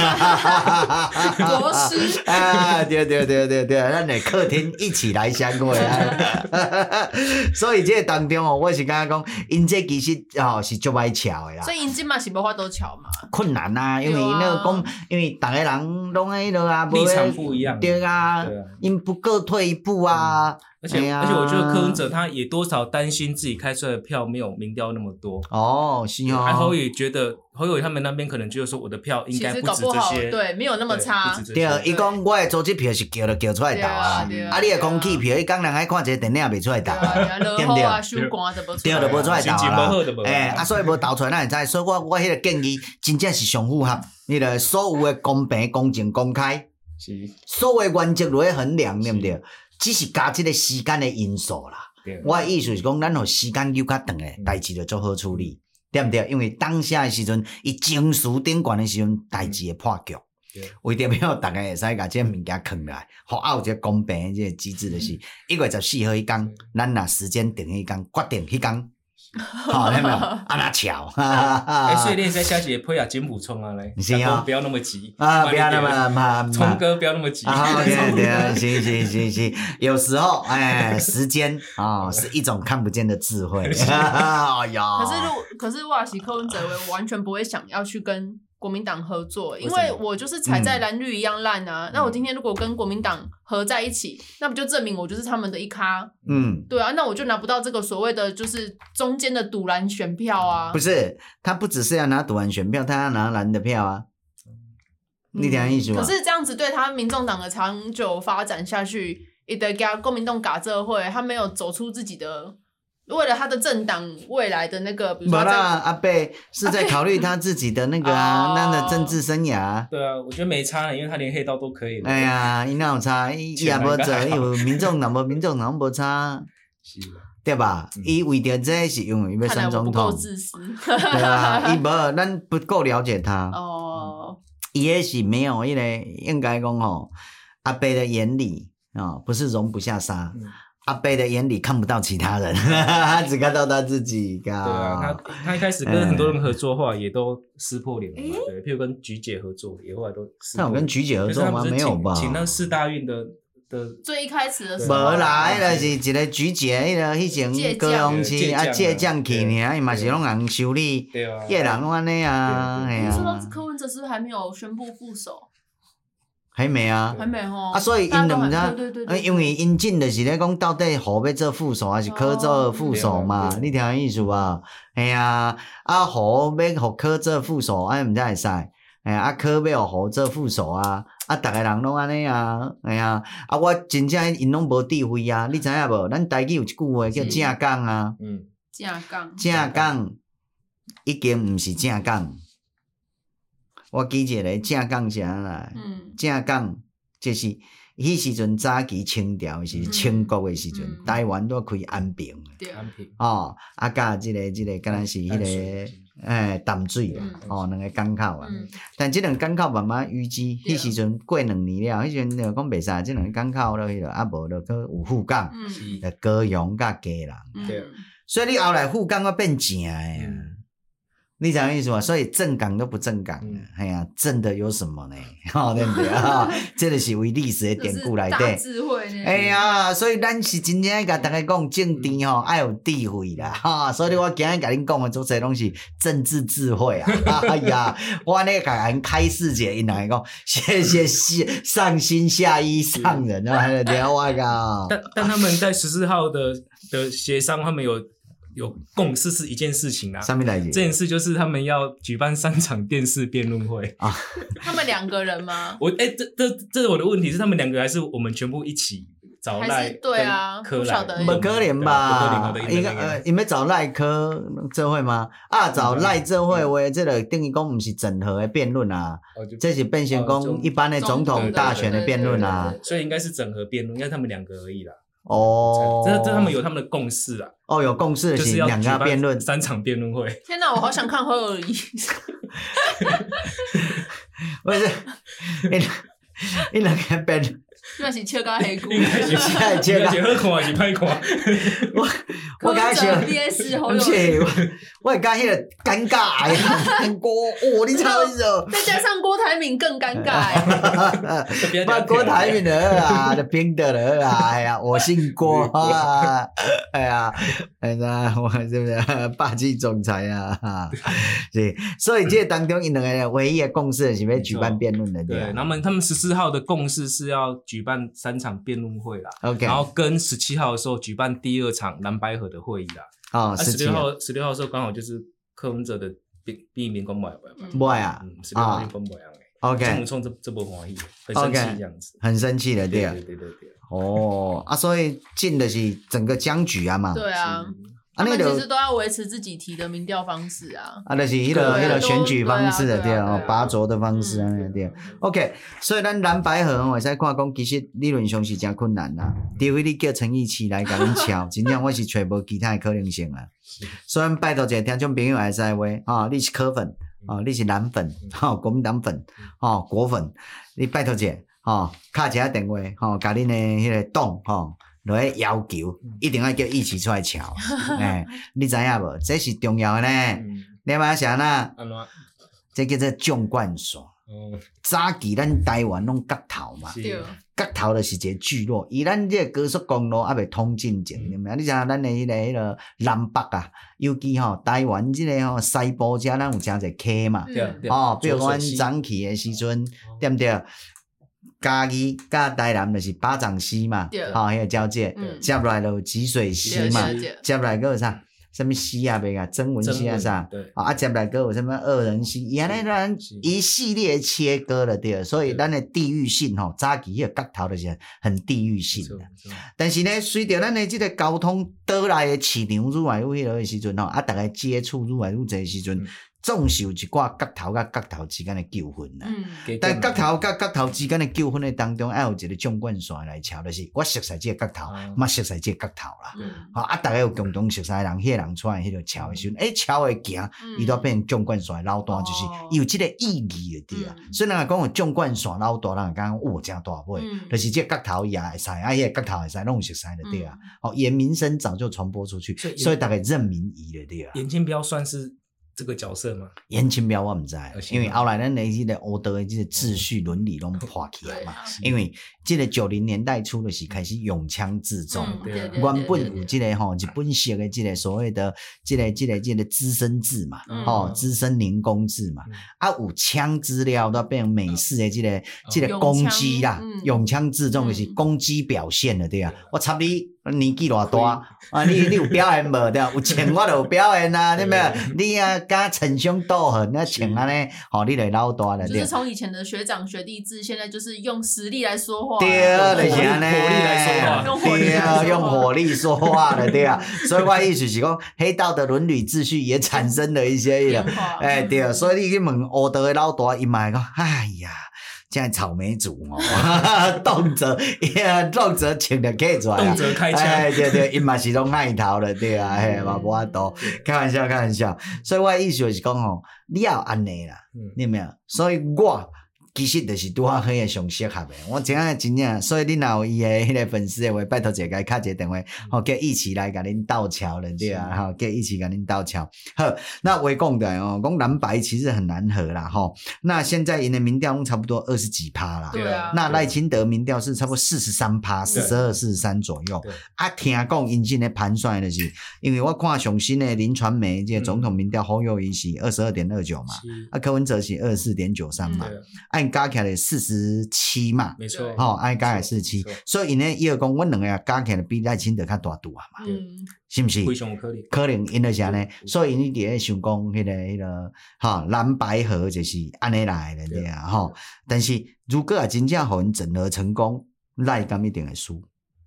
国师对，咱的客厅一起来相会啊！所以这当中我是感觉讲，因这其实是足歹巧的啦。 所以因即嘛是无法度巧嘛， 困难啊，因为那个讲，因为大家人拢喺度啊， 立场不一样， 对啊，因不够退一步啊。 而且我觉得柯文哲他也多少担心自己开出来的票没有民调那么多是哦。 侯也觉得侯友他们那边可能觉得说我的票应该不止这些， 对，没有那么差。 对，伊讲我的组织票是叫出来投啊，你的空气票，伊讲人爱看一个电影袂出来投啊，对不对？对，就无出来投啦。所以无投出来，咱会知。所以我迄个建议真正是上符合你的所有的公平、公正、公开，所有的原则来衡量，对不对？只是加这个时间的因素啦。我的意思是讲，咱有时间留较长的代志就做好处理，对不对？因为当下的时阵，伊情绪顶悬的时阵，代志会破局。为着要大家会使甲这个物件藏来，有这个公平的这个机制就是1月14号迄天，咱若时间定迄天，决定迄天。有没有？安那巧， 所以你在下节配啊金补充啊来，不要那么急啊，不要那么聪哥不要那么急。 对，行，有时候时间是一种看不见的智慧。哎呀， 可是我是柯文哲，我完全不会想要去跟国民党合作，因为我就是踩在蓝绿一样烂啊。那我今天如果跟国民党合在一起，那不就证明我就是他们的一咖？对啊，那我就拿不到这个所谓的就是中间的赌蓝选票啊。 不是，他不只是要拿赌蓝选票，他要拿蓝的票啊。你听意思吗？ 可是这样子对他民众党的长久发展下去，一直给国民党搞这会，他没有走出自己的。为了他的政党未来的那个，比如说阿伯是在考虑他自己的那个那的政治生涯。 对啊，我觉得没差，因为他连黑道都可以了。 哎呀，伊哪有差？伊也无做，有民众党无民众党无差。 对吧？伊为着这是因为要选总统， 不够自私。 对啊，伊无咱不够了解他。 哦， 伊也是没有迄个应该讲吼，阿伯的眼里不是容不下沙。阿伯的眼里看不到其他人，他只看到他自己。对啊，他一开始跟很多人合作，后来也都撕破脸了嘛。对，譬如跟菊姐合作，也后来都撕破脸。 那有跟菊姐合作吗？没有吧？ 请那四大运的最一开始的时候， 无啦，迄个是一个菊姐，迄前高雄市借将去尔，伊嘛是拢人修理，迄个人拢安尼啊， 你说到柯文哲是不是还没有宣布副手？ 还没啊， 还没吼。 所以因就毋知， 因为因进就是咧讲到底侯要做副手还是柯做副手嘛？你听意思吧？嘿啊，侯要互柯做副手，毋才会使。柯要互侯做副手啊，逐个人拢安尼啊，哎呀，我真正因拢无智慧啊，你知影无？咱台语有一句话叫正港啊，正港已经毋是正港。我记一个正港是安啦，正港就是迄时阵早期清朝是清国的时阵，台湾都开安平，甲即个敢若是迄个淡水两个港口啊，但即两个港口慢慢淤积，迄时阵过2年了，迄阵就讲袂使，即两个港口了，迄个无就搁有副港，高雄甲基隆，所以你后来副港要变正诶。你知道意思吗？所以正港都不正港了，哎呀，正的有什么呢？对不对啊？这就是为历史的典故来的。 大智慧呢。 哎呀，所以咱是真正甲大家讲政治爱有智慧啦，所以我今日甲恁讲的做侪拢是政治智慧啊！哎呀，我那个人开示者，因来讲，谢谢上心下衣上人啊，对啊，我靠！ 但他们在14号的协商，他们有共识是一件事情啦，这件事就是他们要举办3场电视辩论会啊。 他们2个人吗？ 这是我的问题，是他们2个还是我们全部一起找赖对啊，不晓得， 不可能吧？因为找赖科这会吗？找赖这会话，这个等于讲不是整合的辩论啊，这是变成讲一般的总统大选的辩论啊， 所以应该是整合辩论，应该他们2个而已啦。这他们有他们的共识啦。 有共识的就是要 2个辩论 ，3场辩论会。 天哪，我好想看侯友宜。 不是，你两个辩论。 那是笑到黑骨， 应该是好看还是歹看？ 我感觉不是， 我会感迄个尴尬呀，你知道意思？ 再加上郭台铭更尴尬。 不，郭台铭的就拼的了啊！哎呀，我姓郭啊！哎呀，我是不是霸气总裁啊？是，所以这当中因两个唯一的共识是要举办辩论的。 对，他们14号的共识是要举办3场辩论会啦， OK， 然后跟17号的时候举办第2场蓝白合的会议啦。16号的时候刚好就是柯文哲的避免公不啊 ，16号就公不样 OK， 郑文聪这不欢喜，很生气这样子， 很生气的，对。所以进的是整个僵局啊嘛。 对啊。他们其实都要维持自己提的民调方式啊， 就是迄个选举方式的对拔擢的方式啊对。OK， 所以咱蓝白合会使看讲，其实理论上是真困难啦。除非你叫陈奕迅来甲恁敲，真正我是找无其他的可能性啊。所以拜托一个听众朋友会使话，你是柯粉你是蓝粉国民党粉国粉，你拜托一个敲一下电话甲恁的迄个党落去要求，一定要叫一起出来瞧。你知影无？这是重要的呢。你知影啥呐？这叫做纵贯线。早期咱台湾拢角头嘛，角头就是一个聚落。以咱这个高速公路还未通进前，你知影咱的迄个南北啊，尤其台湾这个西部遮咱有真侪溪嘛。比如讲咱早期的时阵，对不对？嘉义甲台南就是巴掌溪嘛，迄个交界，接来就积水溪嘛，接来个有啥？什么溪啊？袂个曾文溪啊啥？接来个有什么二人溪？伊安尼咱一系列切割了对，所以咱的地域性早期迄个角头就是很地域性的。但是呢，随着咱的这个交通倒来的市场愈来愈迄个时阵大家接触愈来愈侪时阵。 总是有一寡角头甲角头之间的纠纷啦。但角头甲角头之间的纠纷的当中，要有一个纵贯线来瞧，就是我熟悉这个角头，嘛熟悉这个角头啦。大家有共同熟悉的人，迄个人出来迄个桥的时阵，桥会行，伊都变成纵贯线老大，就是有这个意义的对啊。所以人讲有纵贯线老大，人讲真大尾，就是这个角头也会使，迄个角头会使，拢熟悉的对啊。伊的名声早就传播出去，所以大家认明伊的对啊。 严清标算是这个角色吗？ 严清标我唔知，因为后来咱的迄个欧德的这个秩序伦理拢破起来嘛。因为这个90年代初的是开始拥枪自重，原本有这个日本式的这个所谓的这个资深制嘛，资深零工制嘛，有枪资料都变成美式的这个攻击啦，拥枪自重就是攻击表现了对啊。我插你年纪偌大你有表演无对啊？有穿我就有表演啊，对不对？你啊敢逞凶斗狠，那穿安尼，你就老大了。 就是从以前的学长学弟制，现在就是用实力来说话， 对，就是安尼， 火力来说话， 对，用火力说话了，对啊。所以我意思是讲，黑道的伦理秩序也产生了一些变化， 对，所以你去问黑道的老大，伊嘛会讲，哎呀。现在草莓族动辄请就起出来， 动辄开枪， 对，伊嘛是拢爱头了，对啊，嘛无法度，开玩笑。所以我的意思就是讲你要安尼啦，你有没有？所以我其实就是拄好迄个上适合的，我真正，所以你若有伊的迄个粉丝的话，拜托一下，敲一个电话，叫一起来甲恁斗桥了，对啊，叫一起甲恁斗桥。好，那我讲的讲蓝白其实很难合啦，那现在赢的民调差不多20几%啦， 对啊。 那赖清德民调是差不多43%、42、43左右。听讲因真的盘算的是，因为我看上新的林传媒这个总统民调，侯友宜是22.29嘛，柯文哲是24.93嘛，加起来47嘛， 没错， 加起来47，所以因呢，伊就讲，阮两个加起来比赖清德较大度啊嘛，是不是？ 非常有可能， 可能因就是安尼，所以因伫咧想讲迄个蓝白合就是安尼来的对啊但是如果啊真正互因整合成功，赖敢一定会输。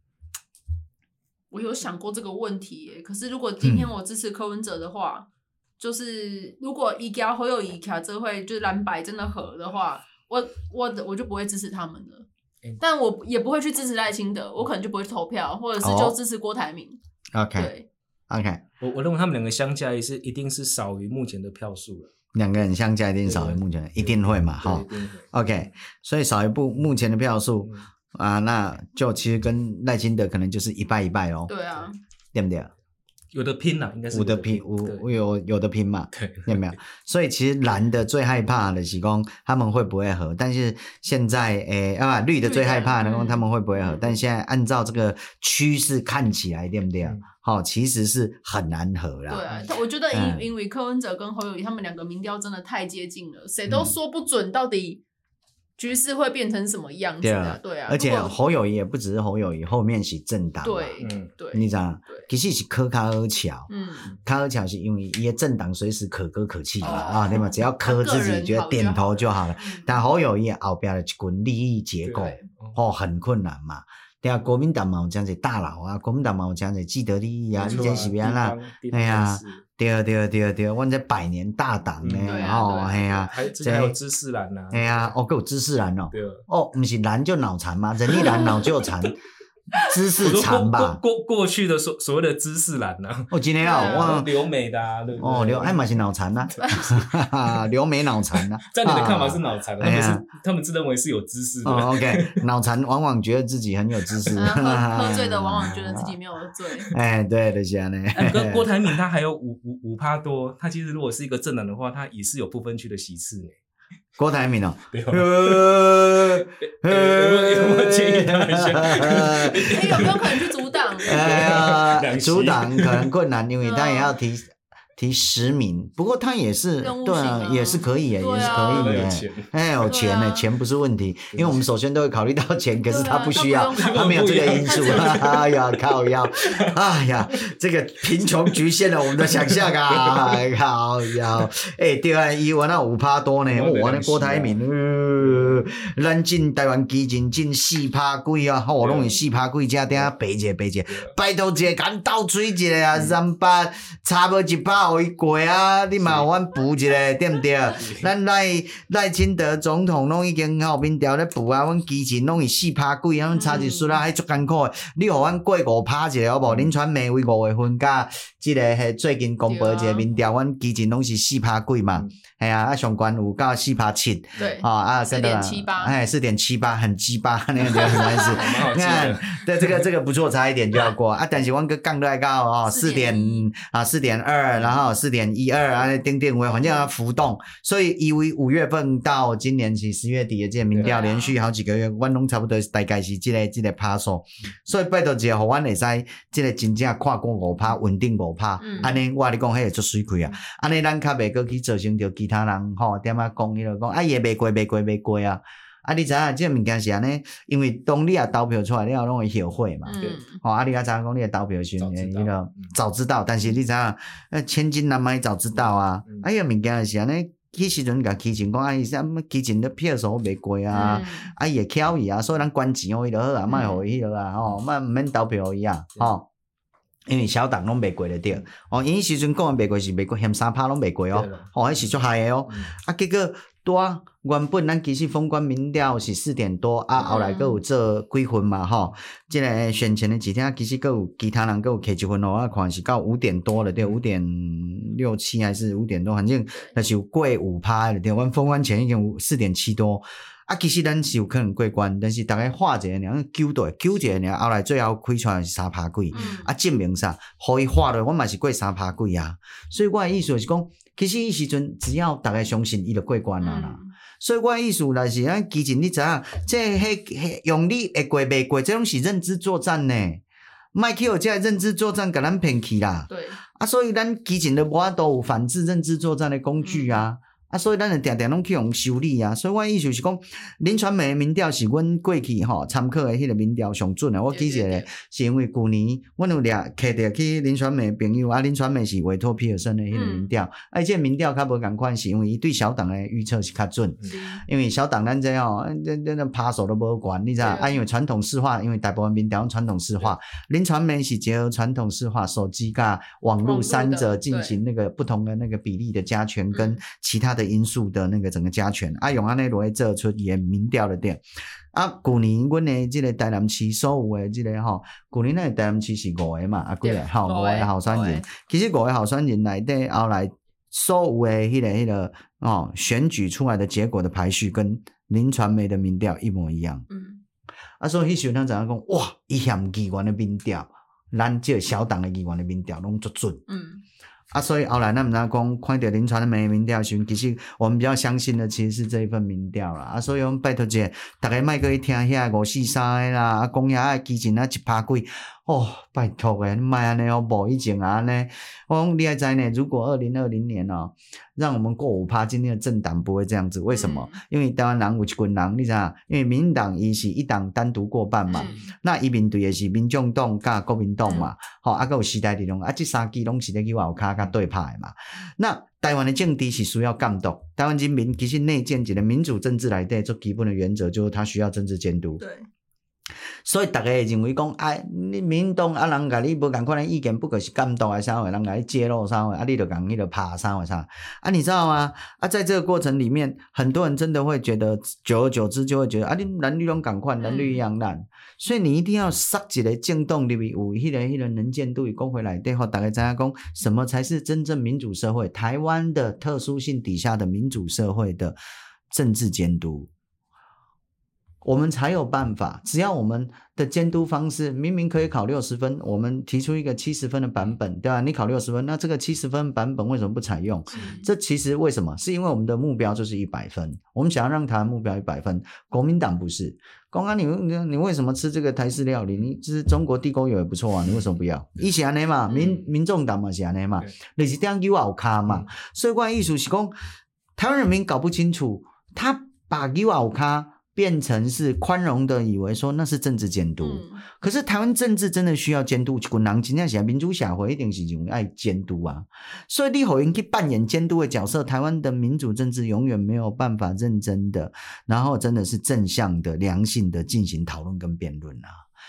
我有想过这个问题耶，可是如果今天我支持柯文哲的话，就是如果伊加侯友宜卡这会就是蓝白真的合的话。我就不会支持他们了，但我也不会去支持赖清德，我可能就不会投票，或者是就支持郭台铭。 OK， 对 ，OK， 我认为他们两个相加一定是少于目前的票数了。 两个人相加一定少于目前的，一定会嘛，OK， 所以少于目前的票数那就其实跟赖清德可能就是一败一败咯。 对啊， 对不对？ 有的拼啦，应该是有的拼，有的拼嘛， 对， 有没有？所以其实蓝的最害怕的是讲他们会不会合，但是现在绿的最害怕的他们会不会合，但现在按照这个趋势看起来，对不对？其实是很难合啦。 对啊，我觉得因为柯文哲跟侯友宜他们两个民调真的太接近了，谁都说不准到底局势会变成什么样子的，对啊， 而且侯友宜也不只是侯友宜，后面是政党， 对， 你知道，其实是柯卡尔桥，卡尔桥是因为伊的政党随时可歌可泣嘛，对吗？只要柯自己觉得点头就好了，但侯友宜后边的一群利益结构，很困难嘛。对啊，国民党嘛有这样子大佬啊，国民党嘛有这样子既得利益啊，你这是变啦，哎呀。对，阮这100年大党呢， 之前还有知识蓝呐， 还有知识蓝哦，不是蓝就脑残吗？人一蓝脑就残，知识残吧？ 过去的所谓的知识蓝呐， 今天我留美的对不对？ 嘛是脑残呐，留美脑残呐， 在你的看法是脑残，他们自认为是有知识的。 OK， 脑残往往觉得自己很有知识， 喝醉的往往觉得自己没有醉。 对，就是这样呢。 郭台铭他还有5%多，他其实如果是一个政党的话，他也是有不分区的席次呢。 郭台铭对有没有建议他一下？ 有没有可能去阻挡？ 阻挡可能困难，因为他也要提10名，不过他也是对啊，也是可以耶，也是可以耶。有钱呢，钱不是问题，因为我们首先都会考虑到钱，可是他不需要，他没有这个因素。哎呀，靠腰，哎呀，这个贫穷局限了我们的想象啊！靠腰，对啊，伊原来5%多呢，哇，那郭台铭，咱进台湾基金进4%几啊，我拢是4%几，加点白一个，拜托一个，敢倒吹一个啊，3%差不多1%。 后伊过啊，你嘛有阮扶一下，对毋对？咱赖清德总统拢已经民调咧扶啊，阮基情拢是4%几，阮差一输啊，还足艰苦的。你互阮过5%一个好无？林传媒为5月份甲即个最近公布一个民调，阮基情拢是4%几嘛，系啊，上悬有到4%7%， 对， 啊 4.78， 哎，4.78很鸡巴那个没关系，你看，对这个不错，差一点就要过啊，但是阮个降落来到4.2，然后4.12啊，顶位，反正要浮动，所以因为5月份到今年是10月底的这个民调连续好几个月，阮拢差不多大概是这个趴数，所以拜托一个，互阮会使这个真正跨过5%，稳定5%，安尼我跟你讲，迄个足水亏啊，安尼咱较袂过去造成着其他人点啊讲迄个讲，啊伊会袂过啊。啊，你知影即个物件是安尼，因为当你也投票出来，你也拢会后悔嘛。啊，你较早讲你的投票时阵，迄个早知道，但是你知影，千金难买早知道啊。啊，迄个物件是安尼，迄时阵甲基情讲，伊啥物基情的票数袂过啊，伊会巧伊啊，所以咱捐钱互伊就好啊，莫互伊迄落啊，毋免投票互伊啊，因为小党拢袂过就对，因时阵讲袂过是袂过，嫌3%拢袂过迄是足害的啊，结果原本咱其实封关民调是4点多啊，后来佫有做几分嘛即个选前的几天其实佫有其他人佫有摕1分我看是到5点多了对，5.67还是5点多，反正就是有过5%了对，阮封关前已经有4.7多。啊，其实咱是有可能过关，但是大概画一个尔，揪一个尔，后来最后开出来是3%几，证明啥？互伊画落，我嘛是过3%几啊。所以我的意思是讲，其实迄时阵只要大家相信伊就过关啦。所以我的意思来是，咱基情你知影，迄用你会过袂过，这种是认知作战呢。莫去有这认知作战，甲咱骗去啦。 对。 啊，所以咱基情的无法度有反制认知作战的工具啊。所以咱就定拢去用修理啊，所以我意思是讲，林传媒的民调是阮过去参考的迄个民调上准的。我记一个是因为旧年阮有摕着去林传媒的朋友，林传媒是委托皮尔森的迄个民调，即个民调较无共款，是因为伊对小党的预测是较准，因为小党咱这这拍手都无悬，你知道因为传统市化，因为大部分民调传统市化，林传媒是结合传统市化、手机甲网络三者进行那个不同的那个比例的加权跟其他的因素的那个整个加权用安尼来做出伊的民调的点旧年阮的这个台南市所有的这个旧年的台南市是5个嘛几个5个候选人，其实5个候选人内底后来所有的迄个选举出来的结果的排序跟林传媒的民调一模一样。所以迄时候咱知影讲哇，伊嫌议员的民调，咱这小党的议员的民调拢足准。所以后来咱毋知讲看到林传媒的民调时，其实我们比较相信的其实是这一份民调啦。所以我们拜托者，大家莫去听遐543的啦，讲遐基情1%几，拜托诶，你莫安尼无以前安尼。我讲你还知呢，如果2020年让我们过5%，今天的政党不会这样子。为什么？因为台湾人有一群人，你知影？因为民进党伊是一党单独过半嘛，那伊面对的是民众党甲国民党嘛，还有时代力量，这三支拢是咧去外口甲对拍的嘛。那台湾的政治是需要监督，台湾人民其实内建一个民主政治内底最基本的原则就是它需要政治监督。 对。 所以大家会认为讲你民进党人甲你无共款的意见，不过是监督的啥货，人甲你揭露啥货，你就共迄个拍啥货啥你知道吗？在这个过程里面，很多人真的会觉得，久而久之就会觉得你蓝绿拢共款，蓝绿一样烂。所以你一定要塞一个政党里面有迄个能见度，讲回来，互大家知影讲什么才是真正民主社会，台湾的特殊性底下的民主社会的政治监督。我们才有办法，只要我们的监督方式明明可以考60分，我们提出一个70分的版本，对吧？你考60分，那这个70分版本为什么不采用？这其实为什么？是因为我们的目标就是100分，我们想要让台湾目标100分，国民党不是。公安你为什么吃这个台式料理？你吃中国地沟油也不错啊，你为什么不要？伊是安尼嘛，民众党嘛是安尼嘛，就是这样有后卡嘛。所以我的意思是讲，台湾人民搞不清楚，他把有后卡变成是宽容的，以为说那是政治监督。可是台湾政治真的需要监督，一群人真正是民主社会一定是认为爱监督啊。所以你让人去扮演监督的角色，台湾的民主政治永远没有办法认真的，然后真的是正向的、良性的进行讨论跟辩论啊。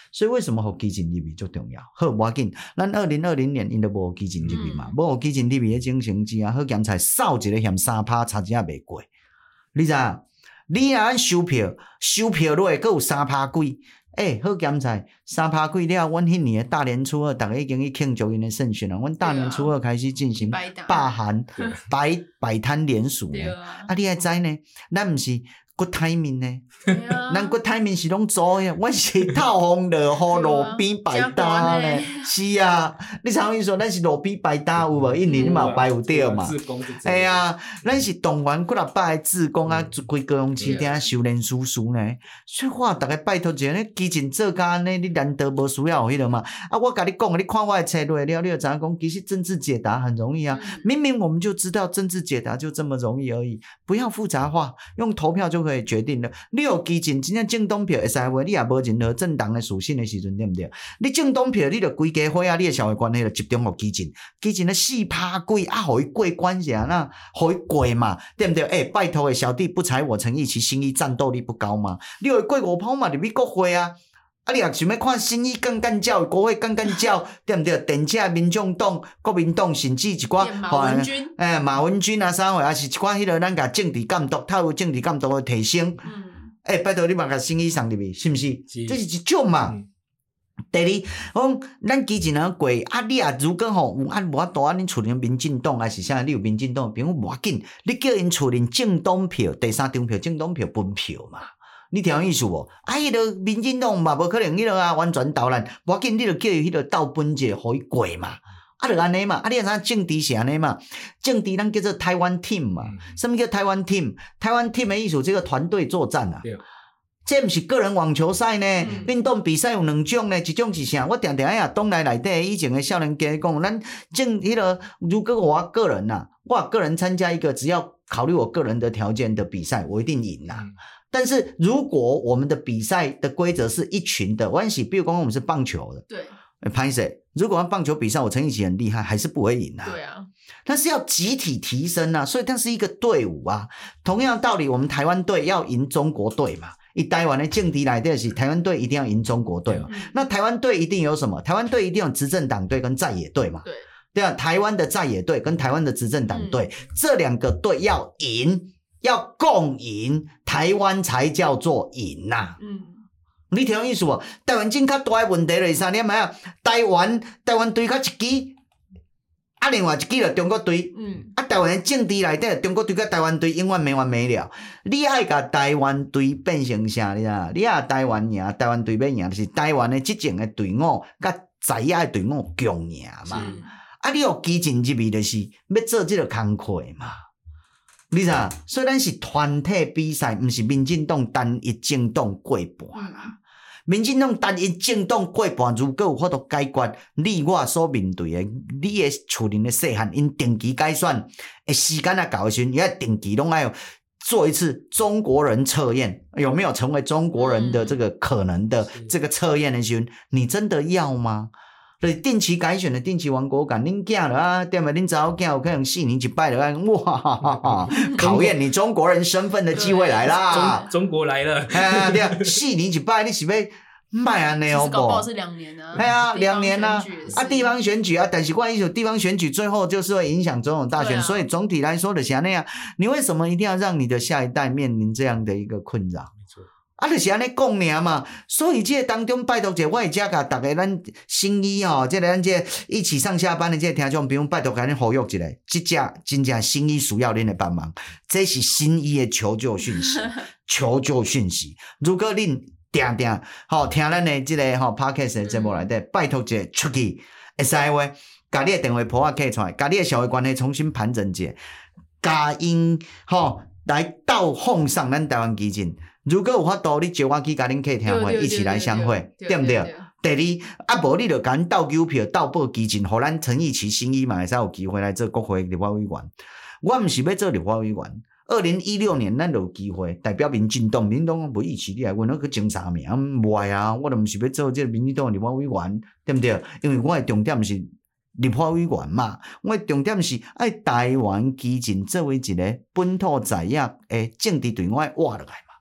所以为什么互基进入去最重要？好，无要紧，咱2020年因都无基进入去嘛，无基进入去的情形之下，好咸菜扫一个嫌3%，差钱也袂过。你知影？你若按收票落，佫有3%几。好咸菜3%几了，阮迄年的大年初二，逐个已经去庆祝因的圣训了。阮大年初二开始进行罢韩摆摊联署呢。你还知呢？咱毋是good timing 呢？咱good timing 是拢做诶，阮是透风落雨路边摆摊呢。是啊，你常意思说咱是路边摆摊有无？印尼你嘛有摆有对嘛？哎呀，咱是动员几600个志工啊，规高雄市顶修炼叔叔呢。所以我逐个拜托一下，你基进做甲安尼，你难得无需要有迄个嘛？我甲你讲，你看我的册落了，你就知影讲，其实政治解答很容易啊。明明我们就知道政治解答就这么容易而已，不要复杂化，用投票就可以决定了。你有基进真正政党票会使话，你也无任何政党的属性的时阵，对不对？你政党票你就规家伙啊，你的社会关系就集中互基进的4%几啊，互伊过关是啊，那互伊过嘛，对不对？拜托的小弟不才我诚意，其心意战斗力不高嘛，你会过5%嘛，入去国会啊。你若想要看新意干教，国会干教，对不对？电车、民众党、国民党，甚至一寡马文君啊，啥货，也是一寡迄个咱甲政治监督，透过政治监督的提升。拜托你嘛甲新意送入去，是毋是？这是一种嘛。第二，咱基进啊过你也如果吼有无法度你处理民进党还是啥？你有民进党的朋友无要紧，你叫因处理政党票、第3张票、政党票分票嘛。你听意思无？迄个民进党嘛，无可能迄个完全投咱，无要紧，你就叫伊迄个斗分者，互伊过嘛。就安尼嘛。你也知影政治是安尼嘛？政治咱叫做台湾 team 嘛。什么叫台湾 team？ 台湾 team 的意思，这个团队作战啊。这毋是个人网球赛呢，运动比赛有2种呢，一种是啥？我常常呀，党内底以前的少年家讲，咱迄个如果我个人呐，我个人参加一个只要考虑我个人的条件的比赛，我一定赢啦。但是如果我们的比赛的规则是一群的，关系，比如说我们是棒球的， 对， 拍谁？如果棒球比赛我陈奕迅很厉害，还是不会赢啊。 对啊， 但是要集体提升啊，所以它是一个队伍啊。同样的道理，我们台湾队要赢中国队嘛。以台湾的政敌来的是台湾队一定要赢中国队嘛。那台湾队一定有什么？台湾队一定有执政党队跟在野队嘛。对啊，台湾的在野队跟台湾的执政党队，这2个队要赢。要共赢，台湾才叫做赢呐。你听意思无？台湾真较大的问题就是啥？你买啊？台湾队较一支，另外一支就中国队。台湾的政治内底，中国队甲台湾队永远没完没了。你爱甲台湾队变成啥？你啊？你啊台湾赢，台湾队要赢，就是台湾的即种的队伍甲在野的队伍共赢嘛。你有基进入去，就是要做这个工课嘛。你知道，所以咱是团体比赛，不是民进党单一政党过半啦。民进党单一政党过半，如果有法度解决你我所面对的，你的处理的细汉，因定期改选的时间啊到的时候，也定期拢要做一次中国人测验，有没有成为中国人的这个可能的这个测验的时候，你真的要吗？就是定期改选的定期亡国感，恁囝了啊，对吗？恁查某囝有可能4年1摆了啊，哇，考验你中国人身份的机会来啦！ 中国来了， 对啊，4年1摆，你是要卖安尼好不？ 搞不好是2年啊。 对啊，2年啊，地方选举啊，但是关于地方选举最后就是会影响总统大选，所以总体来说的像那样，你为什么一定要让你的下一代面临这样的一个困扰？就是安尼讲尔嘛，所以这当中拜托者，我会遮甲大家咱新医吼，这个咱这一起上下班的这个听众朋友，拜托甲恁呼吁一下，这只真正新医需要恁的帮忙，这是新医的求救讯息，求救讯息。如果恁定听咱的这个podcast 的节目内底，拜托者出去，会使话，甲你的电话簿仔摕出来，甲你的社会关系重新盘整一下，甲因来到奉上咱台湾基进。如果有法度，你招我去甲恁客听会，一起来相会，对不对？第二，无你就甲咱斗邮票、斗报基进，互咱陈奕奇新医嘛会使有机会来做国会立法委员。我毋是要做立法委员。2016年咱就有机会代表民进党，民进党无义气，你来问我去前3名，唔爱啊！我就毋是要做这个民进党立法委员，对不对？因为我的重点是立法委员嘛，我的重点是爱台湾基进作为一个本土在野的政治队伍挖落来嘛。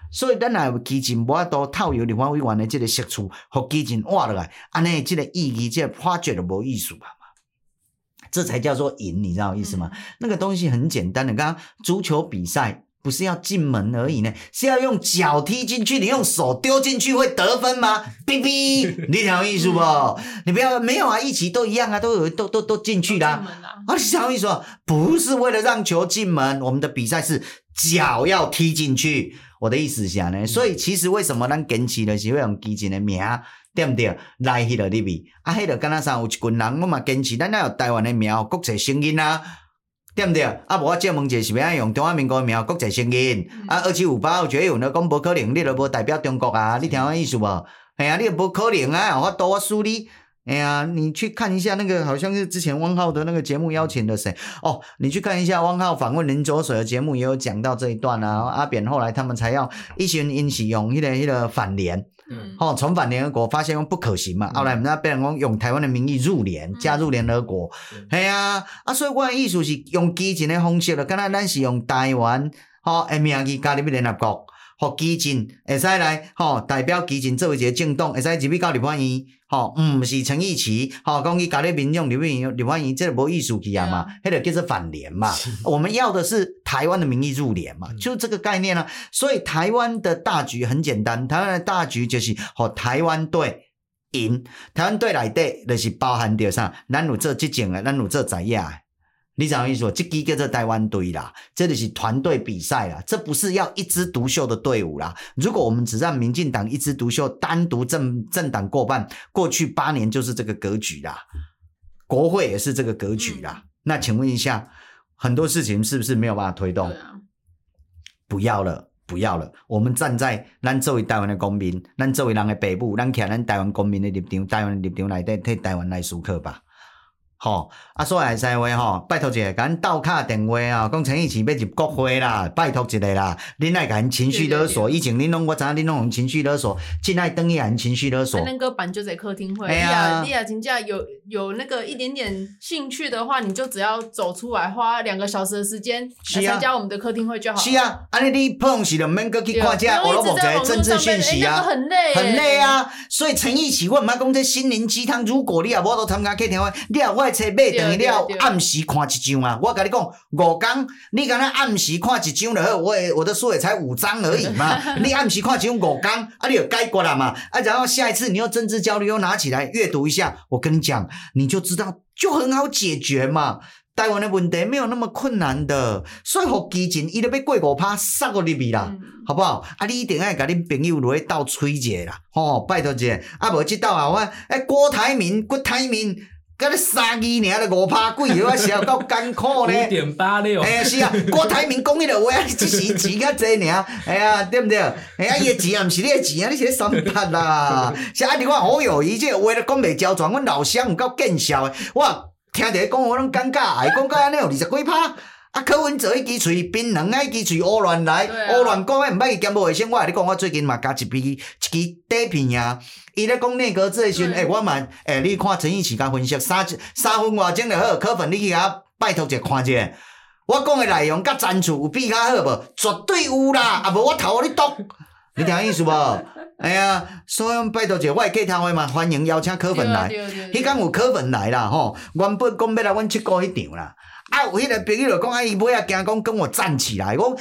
所以咱若有基金无法度透由立法委员的这个识处，互基金挖落来，安尼这个意义，这个发掘就无意思嘛。这才叫做赢，你知道意思吗？那个东西很简单的，刚刚足球比赛不是要进门而已呢，是要用脚踢进去，你用手丢进去会得分吗？哔哔，你懂意思不？你不要没有啊，一起都一样啊，都进去啦。啊，你懂意思不？不是为了让球进门，我们的比赛是脚要踢进去。我的意思是啥呢？所以其实为什么咱坚持的是要用基金的名？对不对？来迄个入面，啊，迄个敢若啥有一群人，我嘛坚持，咱要有台湾的名，国际声音啊，对不对？啊，无我借问者是要用中华民国的名，国际声音，啊，2758有觉得有人讲无可能，你就无代表中国啊，你听我意思无？哎呀，你无可能啊，我多我输你。哎呀，你去看一下那个，好像是之前汪浩的那个节目邀请的谁哦？你去看一下汪浩访问林左水的节目，也有讲到这一段啊。阿扁后来他们才要一群因是用那个反联。重返联合国发现不可行嘛，后来我们那变成用台湾的名义入联，加入联合国。系啊，所以我的意思是用基金的方式了，敢若咱是用台湾的名义加入联合国，互基金会使来代表基金作为一个政党，会使入去到立法院。毋是陈义奇，讲去加入民众立法院，这个无意思去啊嘛，迄个叫做反联嘛。我们要的是台湾的名义入联嘛，就是这个概念啊。所以台湾的大局很简单，台湾的大局就是台湾队赢，台湾队内底就是包含着啥，咱有做执政的，咱有做在野的。你知道意思吗？这支叫做台湾队啦，这就是团队比赛啦，这不是要一枝独秀的队伍啦。如果我们只让民进党一枝独秀，单独政党过半，过去8年就是这个格局啦，国会也是这个格局啦。那请问一下，很多事情是不是没有办法推动？不要了，不要了。我们站在咱作为台湾的公民，咱作为人的爸母，咱徛咱台湾公民的立场，台湾的立场内底替台湾来思考吧。所以会使话拜托一下，甲咱斗卡电话啊，讲陈义奇要入国会啦，拜托一下啦，恁爱甲因情绪勒索，以前我知影恁拢用情绪勒索，现在等于甲因情绪勒索。 那个办就在客厅会，你也真正有那个一点点兴趣的话，你就只要走出来，花2个小时的时间来参加我们的客厅会就好了。是啊， 安尼你碰时就免搁去看这俄罗斯的政治讯息啊， 很累， 很累啊。所以陈义奇，我毋爱讲这心灵鸡汤，如果你也无都参加客厅会，你也我册买等于了暗时看一张啊！我跟你讲，5天你敢若暗时看一张就好，我的书也才5章而已嘛。你暗时看一张5天，啊，你就解决了嘛。啊，然后下一次你又政治焦虑又拿起来阅读一下，我跟你讲，你就知道就很好解决嘛。台湾的问题没有那么困难的，所以互基金伊就要过5%杀过入去啦，好不好？啊，你一定要甲恁朋友落去斗吹者啦，拜托者。啊，无即斗啊，我郭台铭。甲你3字尔就5%几，我笑到艰苦呢。 5.86。 哎呀，是啊，郭台铭讲迄个话，即时钱较济尔，哎呀，对不对？哎呀，伊的钱也毋是你的钱啊，你是咧三八啦。是啊，你看好友谊这个话都讲袂交转，阮老乡有够见效的，我听着讲我拢尴尬，讲到安尼有20几%。啊，柯文哲迄支喙槟榔啊，迄支喙乌乱来，乌乱讲迄毋捌去兼无卫生。我跟你讲，我最近嘛加一支底片啊。伊咧讲内阁这时阵，我嘛你看陈义奇甲分析3分外钟就好，柯粉你去甲拜托者看者。我讲的内容甲赞助有比较好无？绝对有啦，啊无我头你剁。你听意思无？哎呀，所以拜托者，我的客厅会嘛，欢迎邀请柯粉来。迄天有柯粉来啦，原本讲要来阮七姑迄场啦。啊，有迄个朋友就讲，伊尾仔惊讲跟我站起来，讲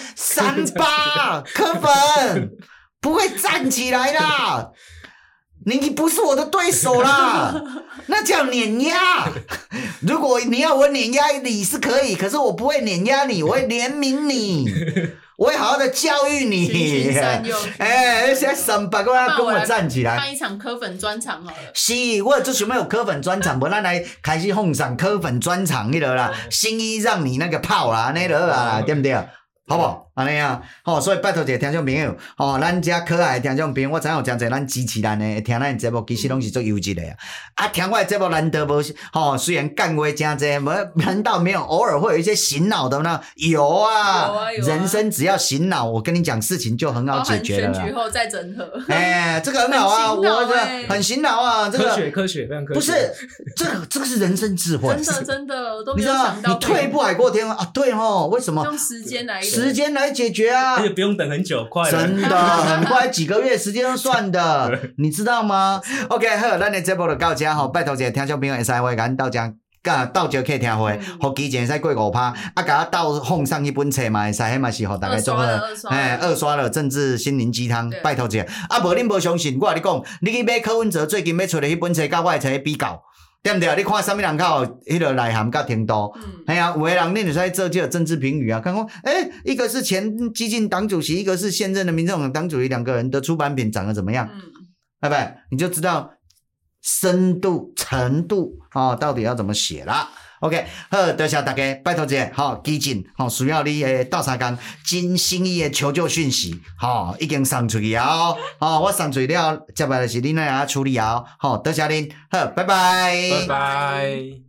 38柯粉不会站起来啦，你不是我的对手啦，那叫碾压。如果你要我碾压你是可以，可是我不会碾压你，我会怜悯你。我会好好的教育你， 循循善诱。 现在300个人跟我站起来， 办一场柯粉专场好了。 是，我就想要有柯粉专场，不然来开始奉上柯粉专场那个啦，心意让你那个泡啦，那个啦，对不对？好不好？安尼啊，所以拜托一个听众朋友，咱遮可爱的听众朋友，我知影有真侪咱支持咱的，听咱的节目，其实拢是足优质的啊。啊，听我的节目难得无，虽然干话真侪，难道没有偶尔会有一些醒脑的呢？有啊，人生只要醒脑，我跟你讲，事情就很好解决了啦。 选举后再整合， 这个很好啊，我很醒脑啊，这个科学非常科学。 不是这个是人生智慧， 真的我都没有想到。 你退一步海阔天啊，对为什么？ 用时间来来解决啊， 而且不用等很久，快了， 真的很快，几个月时间就算的，你知道吗 ？OK， 好，咱的节目就到这吼，拜托一下听众朋友会使话赶到这。到就可以听会，互期前会使过5%，啊，甲我倒奉上一本册嘛会使，迄嘛是互大家做二刷了政治心灵鸡汤，拜托一下。啊，无恁无相信，我甲你讲，你去买柯文哲最近要出的迄本册，甲我的册比较，对不对？你看啥物人较有迄个内涵甲程度？哎呀，有的人恁就使做这个政治评语啊，看讲，一个是前激进党主席，一个是现任的民众党党主席，两个人的出版品长得怎么样？对不对？你就知道。深度程度到底要怎么写啦 ？OK， 好，多谢大家，拜托者，基进，需要你的倒3工真心意的求救讯息，已经送出去啊！我送出去了，接下来就是恁来处理啊！多谢恁，好，拜拜， 拜拜。